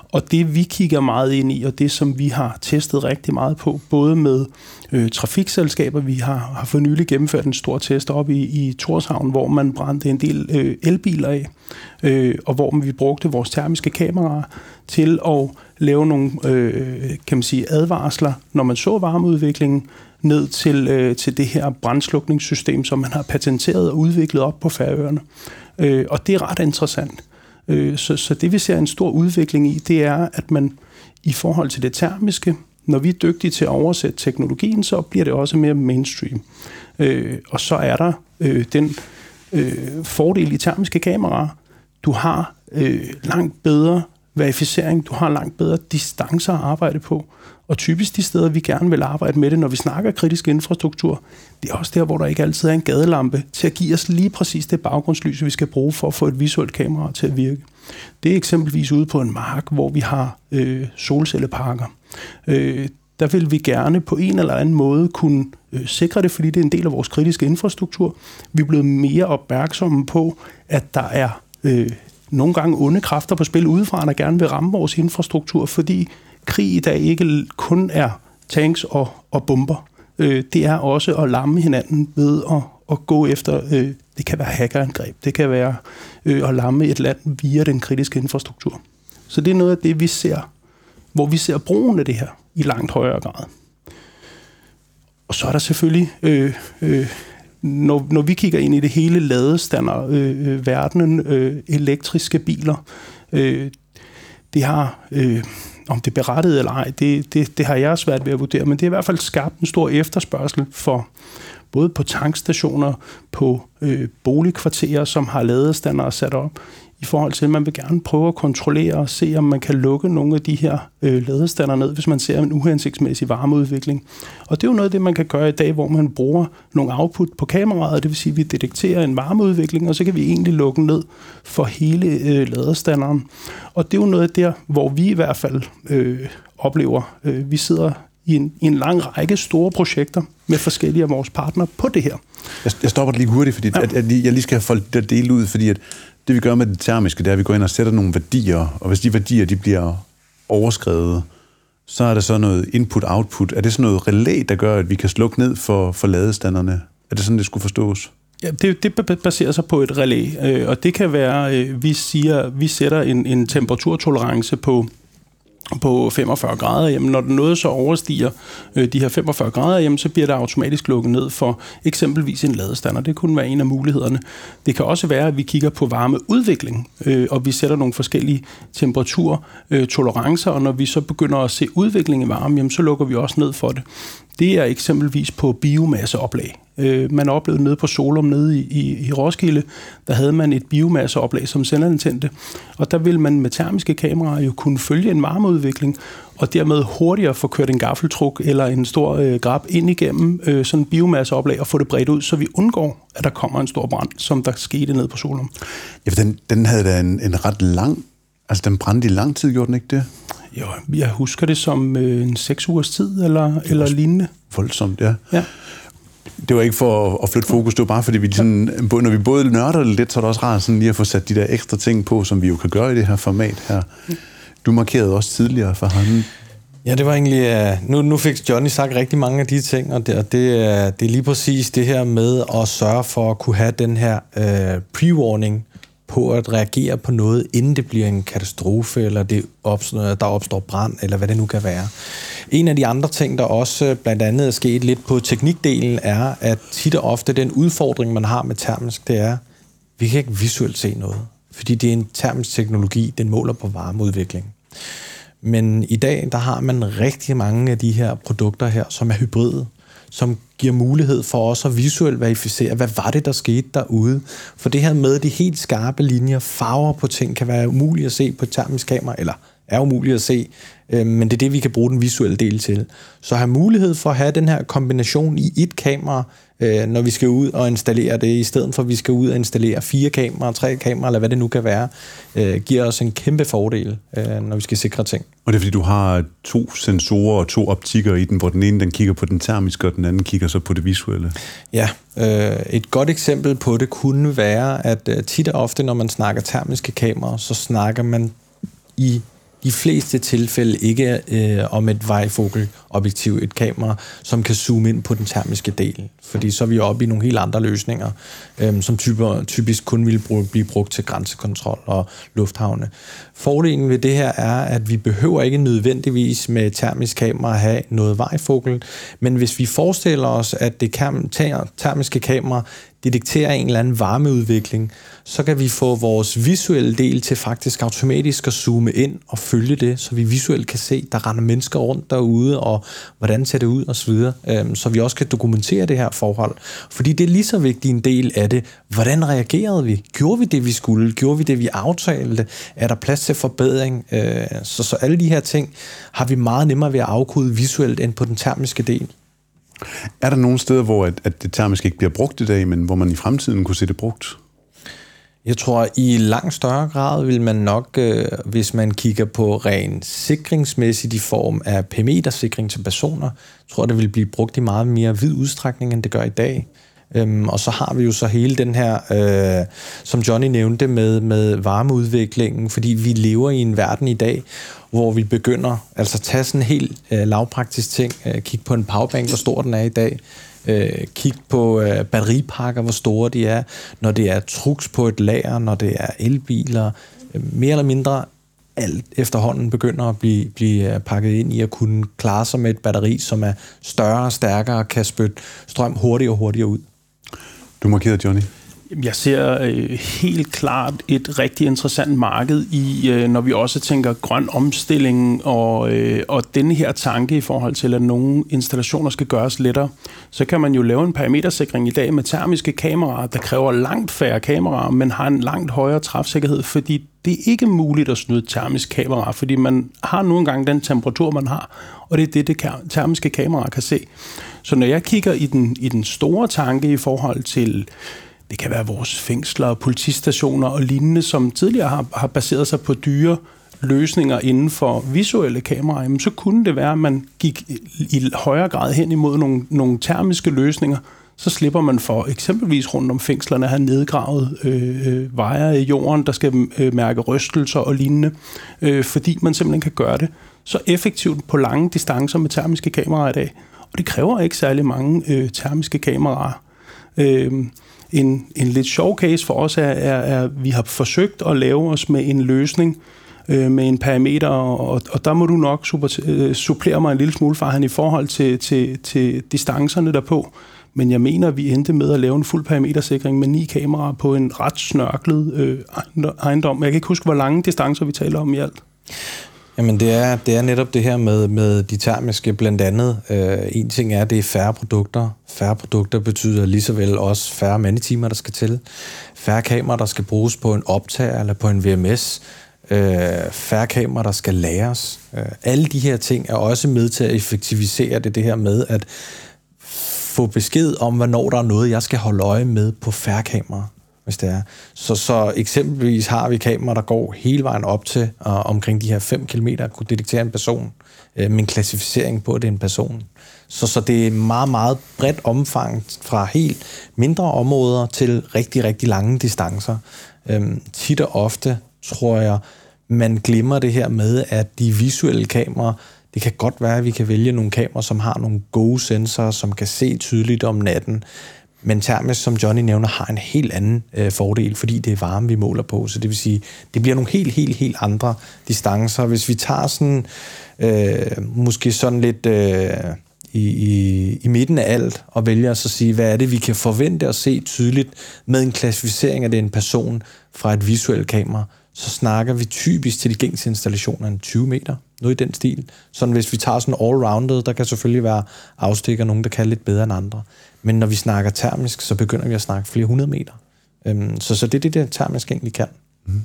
Og det vi kigger meget ind i, og det som vi har testet rigtig meget på, både med øh, trafikselskaber, vi har, har for nylig gennemført en stor test op i, i Torshavn, hvor man brændte en del øh, elbiler af, øh, og hvor vi brugte vores termiske kameraer til at lave nogle øh, kan man sige, advarsler, når man så varmeudviklingen, ned til, øh, til det her brandslukningssystem, som man har patenteret og udviklet op på Færøerne. Øh, og det er ret interessant. Øh, så, så det vi ser en stor udvikling i, det er, at man i forhold til det termiske, når vi er dygtige til at oversætte teknologien, så bliver det også mere mainstream. Øh, og så er der øh, den øh, fordel i termiske kameraer. Du har øh, langt bedre verificering, du har langt bedre distancer at arbejde på, og typisk de steder, vi gerne vil arbejde med det, når vi snakker kritisk infrastruktur, det er også der, hvor der ikke altid er en gadelampe til at give os lige præcis det baggrundslys, vi skal bruge for at få et visuelt kamera til at virke. Det er eksempelvis ude på en mark, hvor vi har øh, solcelleparker. Øh, der vil vi gerne på en eller anden måde kunne øh, sikre det, fordi det er en del af vores kritiske infrastruktur. Vi er blevet mere opmærksomme på, at der er øh, nogle gange onde kræfter på spil udefra, der gerne vil ramme vores infrastruktur, fordi krig i dag ikke kun er tanks og, og bomber. Øh, det er også at lamme hinanden ved at, at gå efter, øh, det kan være hackerangreb, det kan være øh, at lamme et land via den kritiske infrastruktur. Så det er noget af det, vi ser, hvor vi ser brugen af det her i langt højere grad. Og så er der selvfølgelig, øh, øh, når, når vi kigger ind i det hele ladestander, øh, verdenen, øh, elektriske biler, øh, det har... Øh, Om det er berettiget eller ej, det, det, det har jeg svært ved at vurdere, men det er i hvert fald skabt en stor efterspørgsel for både på tankstationer, på øh, boligkvarterer, som har ladestander sat op, i forhold til, at man vil gerne prøve at kontrollere og se, om man kan lukke nogle af de her øh, ladestander ned, hvis man ser en uhensigtsmæssig varmeudvikling. Og det er jo noget af det, man kan gøre i dag, hvor man bruger nogle output på kameraet, det vil sige, at vi detekterer en varmeudvikling, og så kan vi egentlig lukke ned for hele øh, ladestanderen. Og det er jo noget af det, hvor vi i hvert fald øh, oplever, øh, vi sidder i en, i en lang række store projekter med forskellige af vores partnere på det her. Jeg, jeg stopper det lige hurtigt, fordi ja. at, at jeg lige skal have foldet det dele ud, fordi at det vi gør med det termiske, det er, at vi går ind og sætter nogle værdier, og hvis de værdier de bliver overskrevet, så er der så noget input-output. Er det sådan noget relæ, der gør, at vi kan slukke ned for, for ladestanderne? Er det sådan, det skulle forstås? Ja, det, det baserer sig på et relæ, øh, og det kan være, øh, vi siger, vi sætter en, en temperaturtolerance på på femogfyrre grader, jamen når noget så overstiger øh, de her femogfyrre grader, jamen så bliver der automatisk lukket ned for eksempelvis en ladestander. Det kunne være en af mulighederne. Det kan også være, at vi kigger på varmeudvikling, øh, og vi sætter nogle forskellige temperaturtolerancer, og når vi så begynder at se udvikling i varme, jamen så lukker vi også ned for det. Det er eksempelvis på biomasseoplag. Øh, man oplevede nede på Solum, nede i, i, i Roskilde, der havde man et biomasseoplag, som senderantændte, og der ville man med termiske kameraer jo kunne følge en varmeudvikling, og dermed hurtigere få kørt en gaffeltruk eller en stor øh, grab ind igennem øh, sådan en biomasseoplag og få det bredt ud, så vi undgår, at der kommer en stor brand, som der skete nede på Solum. Ja, for den, den havde da en, en ret lang, altså den brændte i lang tid, gjorde den ikke det? Jo, jeg husker det som øh, en seks ugers tid eller, eller lignende. Voldsomt, ja. Ja. Det var ikke for at flytte fokus, det var bare fordi, vi sådan, når vi både nørder det lidt, så er det også rart sådan lige at få sat de der ekstra ting på, som vi jo kan gøre i det her format her. Du markerede også tidligere for ham. Ja, det var egentlig... Uh, nu, nu fik Johnny sagt rigtig mange af de ting, og det, og det, uh, det er lige præcis det her med at sørge for at kunne have den her uh, pre-warning på at reagere på noget, inden det bliver en katastrofe, eller det opstår, der opstår brand, eller hvad det nu kan være. En af de andre ting, der også blandt andet er sket lidt på teknikdelen, er, at tit og ofte den udfordring, man har med termisk, det er, at vi kan ikke visuelt se noget, fordi det er en termisk teknologi, den måler på varmeudvikling. Men i dag, der har man rigtig mange af de her produkter her, som er hybride, som giver mulighed for os at visuelt verificere, hvad var det, der skete derude. For det her med de helt skarpe linjer, farver på ting, kan være umuligt at se på et termisk kamera, eller er umuligt at se, øh, men det er det, vi kan bruge den visuelle del til. Så have mulighed for at have den her kombination i et kamera, øh, når vi skal ud og installere det, i stedet for at vi skal ud og installere fire kameraer, tre kameraer, eller hvad det nu kan være, øh, giver os en kæmpe fordel, øh, når vi skal sikre ting. Og det er fordi, du har to sensorer og to optikker i den, hvor den ene den kigger på den termiske, og den anden kigger så på det visuelle. Ja, øh, et godt eksempel på det kunne være, at øh, tit og ofte, når man snakker termiske kameraer, så snakker man i de fleste tilfælde ikke øh, om et vejfokelobjektiv, et kamera, som kan zoome ind på den termiske del. Fordi så er vi oppe i nogle helt andre løsninger, øh, som typer, typisk kun vil bruge, blive brugt til grænsekontrol og lufthavne. Fordelen ved det her er, at vi behøver ikke nødvendigvis med termisk kamera have noget vejfokel, men hvis vi forestiller os, at det termiske kamera detekterer en eller anden varmeudvikling, så kan vi få vores visuelle del til faktisk automatisk at zoome ind og følge det, så vi visuelt kan se, der render mennesker rundt derude, og hvordan ser det ud osv., så vi også kan dokumentere det her forhold. Fordi det er lige så vigtig en del af det. Hvordan reagerede vi? Gjorde vi det, vi skulle? Gjorde vi det, vi aftalte? Er der plads til forbedring? Så, så alle de her ting har vi meget nemmere ved at afkode visuelt end på den termiske del. Er der nogle steder, hvor at, at det termisk ikke bliver brugt i dag, men hvor man i fremtiden kunne se det brugt? Jeg tror, i langt større grad vil man nok, øh, hvis man kigger på ren sikringsmæssigt i form af perimetersikring til personer, tror det vil blive brugt i meget mere vid udstrækning, end det gør i dag. Øhm, og så har vi jo så hele den her, øh, som Johnny nævnte, med, med varmeudviklingen, fordi vi lever i en verden i dag, hvor vi begynder, altså tage sådan en helt øh, lavpraktisk ting, øh, kig på en powerbank, hvor stor den er i dag, øh, kig på øh, batteripakker, hvor store de er, når det er trucks på et lager, når det er elbiler, øh, mere eller mindre alt efterhånden begynder at blive, blive pakket ind i at kunne klare sig med et batteri, som er større og stærkere og kan spytte strøm hurtigere og hurtigere ud. Du markerer, Johnny. Jeg ser øh, helt klart et rigtig interessant marked i, øh, når vi også tænker grøn omstilling og, øh, og denne her tanke i forhold til, at nogle installationer skal gøres lettere. Så kan man jo lave en parametersikring i dag med termiske kameraer, der kræver langt færre kameraer, men har en langt højere træfsikkerhed, fordi det er ikke muligt at snyde termisk kamera, fordi man har nu engang den temperatur, man har, og det er det, det termiske kamera kan se. Så når jeg kigger i den, i den store tanke i forhold til, det kan være vores fængsler, politistationer og lignende, som tidligere har, har baseret sig på dyre løsninger inden for visuelle kameraer, jamen, så kunne det være, at man gik i højere grad hen imod nogle, nogle termiske løsninger. Så slipper man for eksempelvis rundt om fængslerne at have nedgravet øh, vejer i jorden, der skal øh, mærke rystelser og lignende, øh, fordi man simpelthen kan gøre det så effektivt på lange distancer med termiske kameraer i dag. Og det kræver ikke særlig mange øh, termiske kameraer. Øh, en, en lidt sjov case for os er, er, er, at vi har forsøgt at lave os med en løsning øh, med en parameter, og, og der må du nok super, øh, supplere mig en lille smule fra han i forhold til, til, til distancerne derpå. Men jeg mener, at vi endte med at lave en fuld parametersikring med ni kameraer på en ret snørklet øh, ejendom. Jeg kan ikke huske, hvor lange distancer vi taler om i alt. Jamen, det er, det er netop det her med, med de termiske blandt andet. Øh, en ting er, at det er færre produkter. Færre produkter betyder lige så vel også færre mandetimer, der skal til. Færre kameraer, der skal bruges på en optager eller på en V M S. Øh, færre kameraer, der skal lagres. Øh, alle de her ting er også med til at effektivisere det, det her med at få besked om, hvornår der er noget, jeg skal holde øje med på færre kameraer, hvis det er. Så, så eksempelvis har vi kameraer, der går hele vejen op til uh, omkring de her fem kilometer, kunne detektere en person, uh, med en klassificering på, at det er en person. Så, så det er meget, meget bredt omfang fra helt mindre områder til rigtig, rigtig lange distancer. Um, tit og ofte, tror jeg, man glemmer det her med, at de visuelle kameraer, det kan godt være, at vi kan vælge nogle kameraer, som har nogle gode sensorer, som kan se tydeligt om natten. Men termisk, som Johnny nævner, har en helt anden øh, fordel, fordi det er varme, vi måler på. Så det vil sige, det bliver nogle helt, helt, helt andre distancer. Hvis vi tager sådan, øh, måske sådan lidt øh, i, i, i midten af alt, og vælger at så sige, hvad er det, vi kan forvente at se tydeligt med en klassificering af den person fra et visuelt kamera, så snakker vi typisk til de gængse installationer en tyve meter, noget i den stil. Så hvis vi tager sådan all-rounded, der kan selvfølgelig være afstikker, nogen der kan lidt bedre end andre. Men når vi snakker termisk, så begynder vi at snakke flere hundrede meter. Så, så det er det, der termisk egentlig kan. Mm.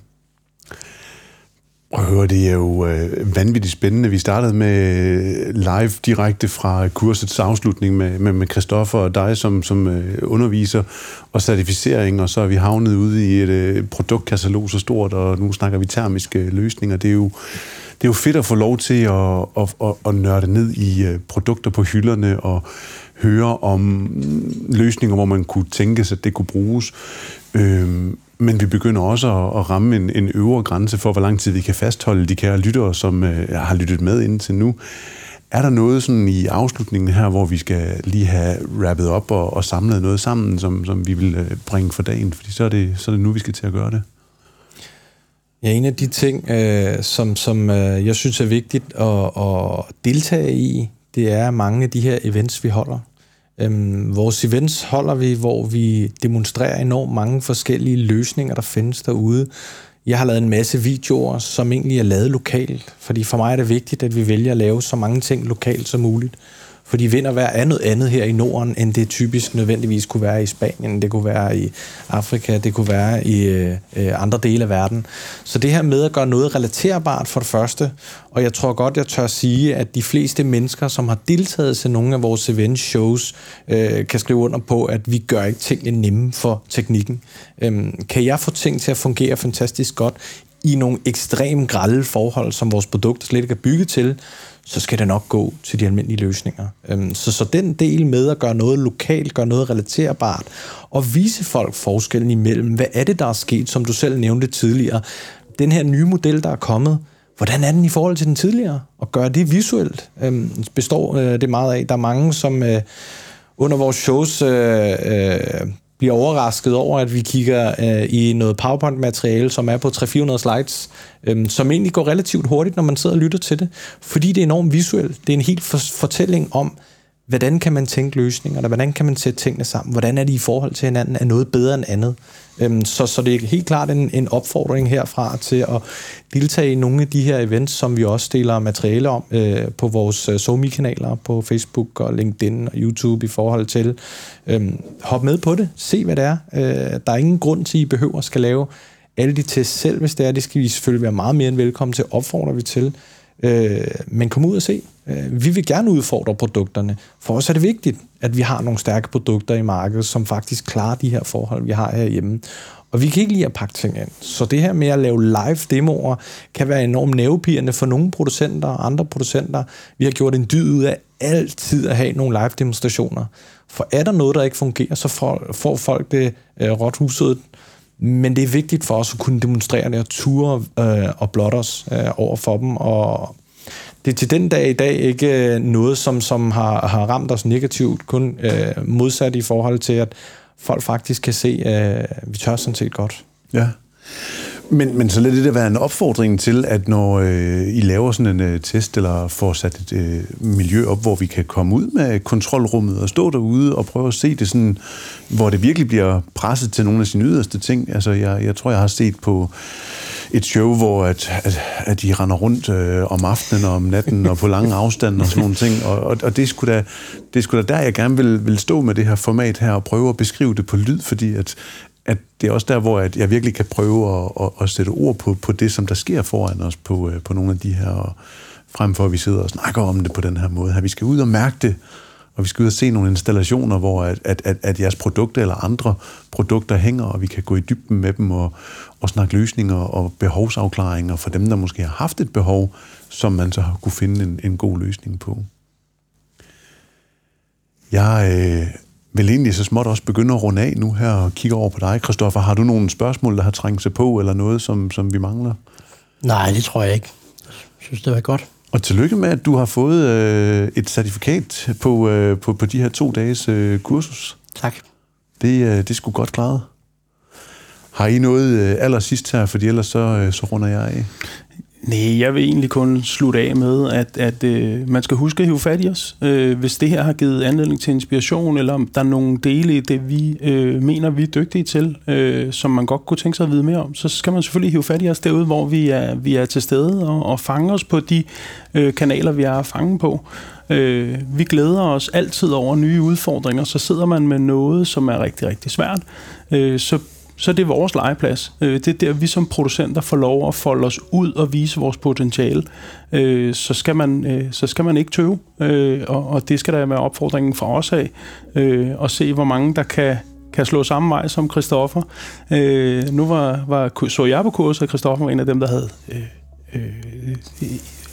Prøv at høre, det er jo øh, vanvittigt spændende. Vi startede med live direkte fra kursets afslutning med, med, med Christoffer og dig som, som øh, underviser og certificering, og så er vi havnet ude i et øh, produktkatalog så stort, og nu snakker vi termiske løsninger. Det er jo, det er jo fedt at få lov til at, at, at, at nørde ned i øh, produkter på hylderne og høre om løsninger, hvor man kunne tænke sig, at det kunne bruges. Øh, Men vi begynder også at, at ramme en, en øvre grænse for, hvor lang tid vi kan fastholde de kære lyttere, som øh, har lyttet med indtil nu. Er der noget sådan i afslutningen her, hvor vi skal lige have wrappet op og, og samlet noget sammen, som, som vi vil bringe for dagen? Fordi så er, det, så er det nu, vi skal til at gøre det. Ja, en af de ting, øh, som, som øh, jeg synes er vigtigt at, at deltage i, det er mange af de her events, vi holder. Øhm, vores events holder vi, hvor vi demonstrerer enormt mange forskellige løsninger, der findes derude. Jeg har lavet en masse videoer, som egentlig er lavet lokalt, fordi for mig er det vigtigt, at vi vælger at lave så mange ting lokalt som muligt. Fordi vind og vejr er noget andet her i Norden, end det typisk nødvendigvis kunne være i Spanien, det kunne være i Afrika, det kunne være i øh, andre dele af verden. Så det her med at gøre noget relaterbart for det første, og jeg tror godt, jeg tør sige, at de fleste mennesker, som har deltaget til nogle af vores events, shows, øh, kan skrive under på, at vi gør ikke tingene nemme for teknikken. Øhm, kan jeg få ting til at fungere fantastisk godt i nogle ekstremt grelle forhold, som vores produkter slet ikke er bygget til, så skal det nok gå til de almindelige løsninger. Så, så den del med at gøre noget lokalt, gøre noget relaterbart, og vise folk forskellen imellem, hvad er det, der er sket, som du selv nævnte tidligere. Den her nye model, der er kommet, hvordan er den i forhold til den tidligere? Og gøre det visuelt, består det meget af. Der er mange, som under vores shows bliver overrasket over, at vi kigger øh, i noget PowerPoint-materiale, som er på tre til fire hundrede slides, øh, som egentlig går relativt hurtigt, når man sidder og lytter til det, fordi det er enormt visuelt. Det er en helt for- fortælling om, hvordan kan man tænke løsninger, eller hvordan kan man sætte tingene sammen, hvordan er de i forhold til hinanden, er noget bedre end andet. Øh, så, så det er helt klart en, en opfordring herfra til at deltage i nogle af de her events, som vi også deler materiale om øh, på vores øh, SoMe-kanaler på Facebook og LinkedIn og YouTube i forhold til. Øh, hop med på det, se hvad det er. Øh, der er ingen grund til, at I behøver at skal lave alle de tests selv, hvis det er. Det skal vi selvfølgelig være meget mere end velkommen til, opfordrer vi til. Øh, men kom ud og se. Øh, vi vil gerne udfordre produkterne. For os er det vigtigt, at vi har nogle stærke produkter i markedet, som faktisk klarer de her forhold, vi har herhjemme. Og vi kan ikke lide at pakke ting ind. Så det her med at lave live demoer kan være enormt nervepirrende for nogle producenter og andre producenter. Vi har gjort en dyd ud af altid at have nogle live demonstrationer. For er der noget, der ikke fungerer, så får, får folk det øh, råt huset. Men det er vigtigt for os at kunne demonstrere det og ture øh, og blotte os øh, over for dem. Og det er til den dag i dag ikke noget, som, som har, har ramt os negativt, kun øh, modsat i forhold til, at folk faktisk kan se, at vi tør sådan set godt. Ja, men, men så lad det være en opfordring til, at når øh, I laver sådan en øh, test, eller får sat et øh, miljø op, hvor vi kan komme ud med kontrolrummet og stå derude og prøve at se det sådan, hvor det virkelig bliver presset til nogle af sine yderste ting. Altså, jeg, jeg tror, jeg har set på et show, hvor at, at, at de render rundt øh, om aftenen og om natten og på lange afstande og sådan nogle ting. Og, og, og det er sgu da, det er sgu da der, jeg gerne vil, vil stå med det her format her og prøve at beskrive det på lyd, fordi at, at det er også der, hvor at jeg virkelig kan prøve at, at, at sætte ord på, på det, som der sker foran os på, på nogle af de her, og frem for at vi sidder og snakker om det på den her måde. Her, vi skal ud og mærke det, og vi skal ud og se nogle installationer, hvor at, at, at, at jeres produkter eller andre produkter hænger, og vi kan gå i dybden med dem og, og snakke løsninger og behovsafklaringer for dem, der måske har haft et behov, som man så har kunne finde en, en god løsning på. Jeg øh, vil egentlig så småt også begynde at runde af nu her og kigge over på dig. Christoffer, har du nogle spørgsmål, der har trængt sig på, eller noget, som, som vi mangler? Nej, det tror jeg ikke. Jeg synes, det var godt. Og tillykke med, at du har fået øh, et certifikat på, øh, på, på de her to dages øh, kursus. Tak. Det, øh, det er sgu godt klaret. Har I noget øh, allersidst her, fordi ellers så, øh, så runder jeg af? Nej, jeg vil egentlig kun slutte af med, at, at øh, man skal huske at hive fat i os. Øh, hvis det her har givet anledning til inspiration, eller om der er nogle dele i det, vi øh, mener, vi er dygtige til, øh, som man godt kunne tænke sig at vide mere om, så skal man selvfølgelig hive fat i os derude, hvor vi er, vi er til stede, og, og fange os på de øh, kanaler, vi er at fange på. Øh, vi glæder os altid over nye udfordringer, så sidder man med noget, som er rigtig, rigtig svært, øh, så Så det er vores legeplads. Det er der, vi som producenter får lov at folde os ud og vise vores potentiale. Så skal man, så skal man ikke tøve, og det skal der være opfordringen for os af, at se, hvor mange der kan, kan slå samme vej som Christoffer. Nu var, var, så jeg på kurset, at Christoffer var en af dem, der havde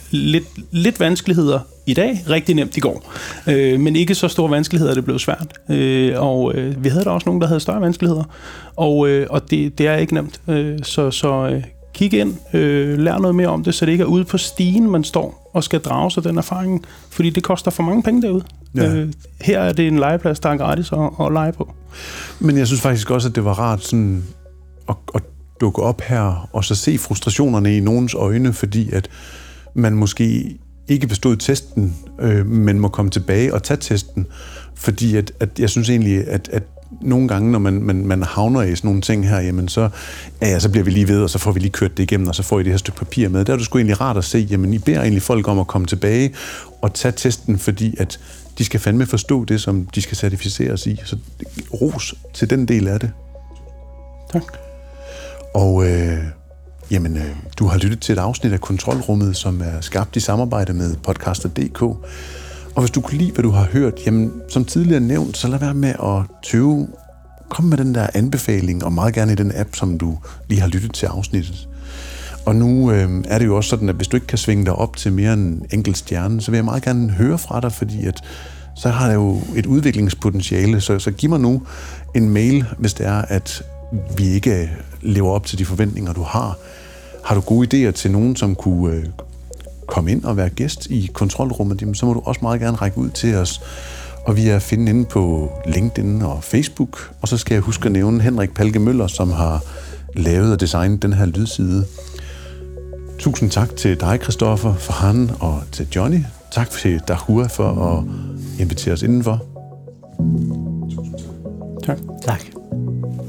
lidt, lidt vanskeligheder i dag, rigtig nemt i går. Øh, men ikke så store vanskeligheder, det blev svært. Øh, og øh, vi havde da også nogen, der havde større vanskeligheder. Og, øh, og det, det er ikke nemt. Øh, så så øh, kig ind, øh, lær noget mere om det, så det ikke er ude på stigen, man står og skal drage sig den erfaring. Fordi det koster for mange penge derude. Ja. Øh, her er det en legeplads, der er gratis at, at lege på. Men jeg synes faktisk også, at det var rart sådan at, at dukke op her, og så se frustrationerne i nogens øjne, fordi at man måske ikke bestod testen, øh, men må komme tilbage og tage testen. Fordi at, at jeg synes egentlig, at, at nogle gange, når man, man, man havner i sådan nogle ting her, jamen så, ja, ja, så bliver vi lige ved, og så får vi lige kørt det igennem, og så får I det her stykke papir med. Der er det sgu egentlig rart at se, jamen I beder egentlig folk om at komme tilbage og tage testen, fordi at de skal fandme forstå det, som de skal certificeres i. Så ros til den del af det. Tak. Og øh, jamen, øh, du har lyttet til et afsnit af Kontrolrummet, som er skabt i samarbejde med podcaster punktum d k. Og hvis du kunne lide, hvad du har hørt, jamen, som tidligere nævnt, så lad være med at tøve. Kom med den der anbefaling, og meget gerne i den app, som du lige har lyttet til afsnittet. Og nu øh, er det jo også sådan, at hvis du ikke kan svinge dig op til mere end en enkelt stjerne, så vil jeg meget gerne høre fra dig, fordi at, så har det jo et udviklingspotentiale. Så, så giv mig nu en mail, hvis det er, at vi ikke lever op til de forventninger, du har. Har du gode idéer til nogen, som kunne øh, komme ind og være gæst i Kontrolrummet, jamen, så må du også meget gerne række ud til os. Og vi er at finde inde på LinkedIn og Facebook. Og så skal jeg huske at nævne Henrik Palke Møller, som har lavet og designet den her lydside. Tusind tak til dig, Christoffer, for han og til Johnny. Tak til Dahua for at invitere os indenfor. Tak. Tak.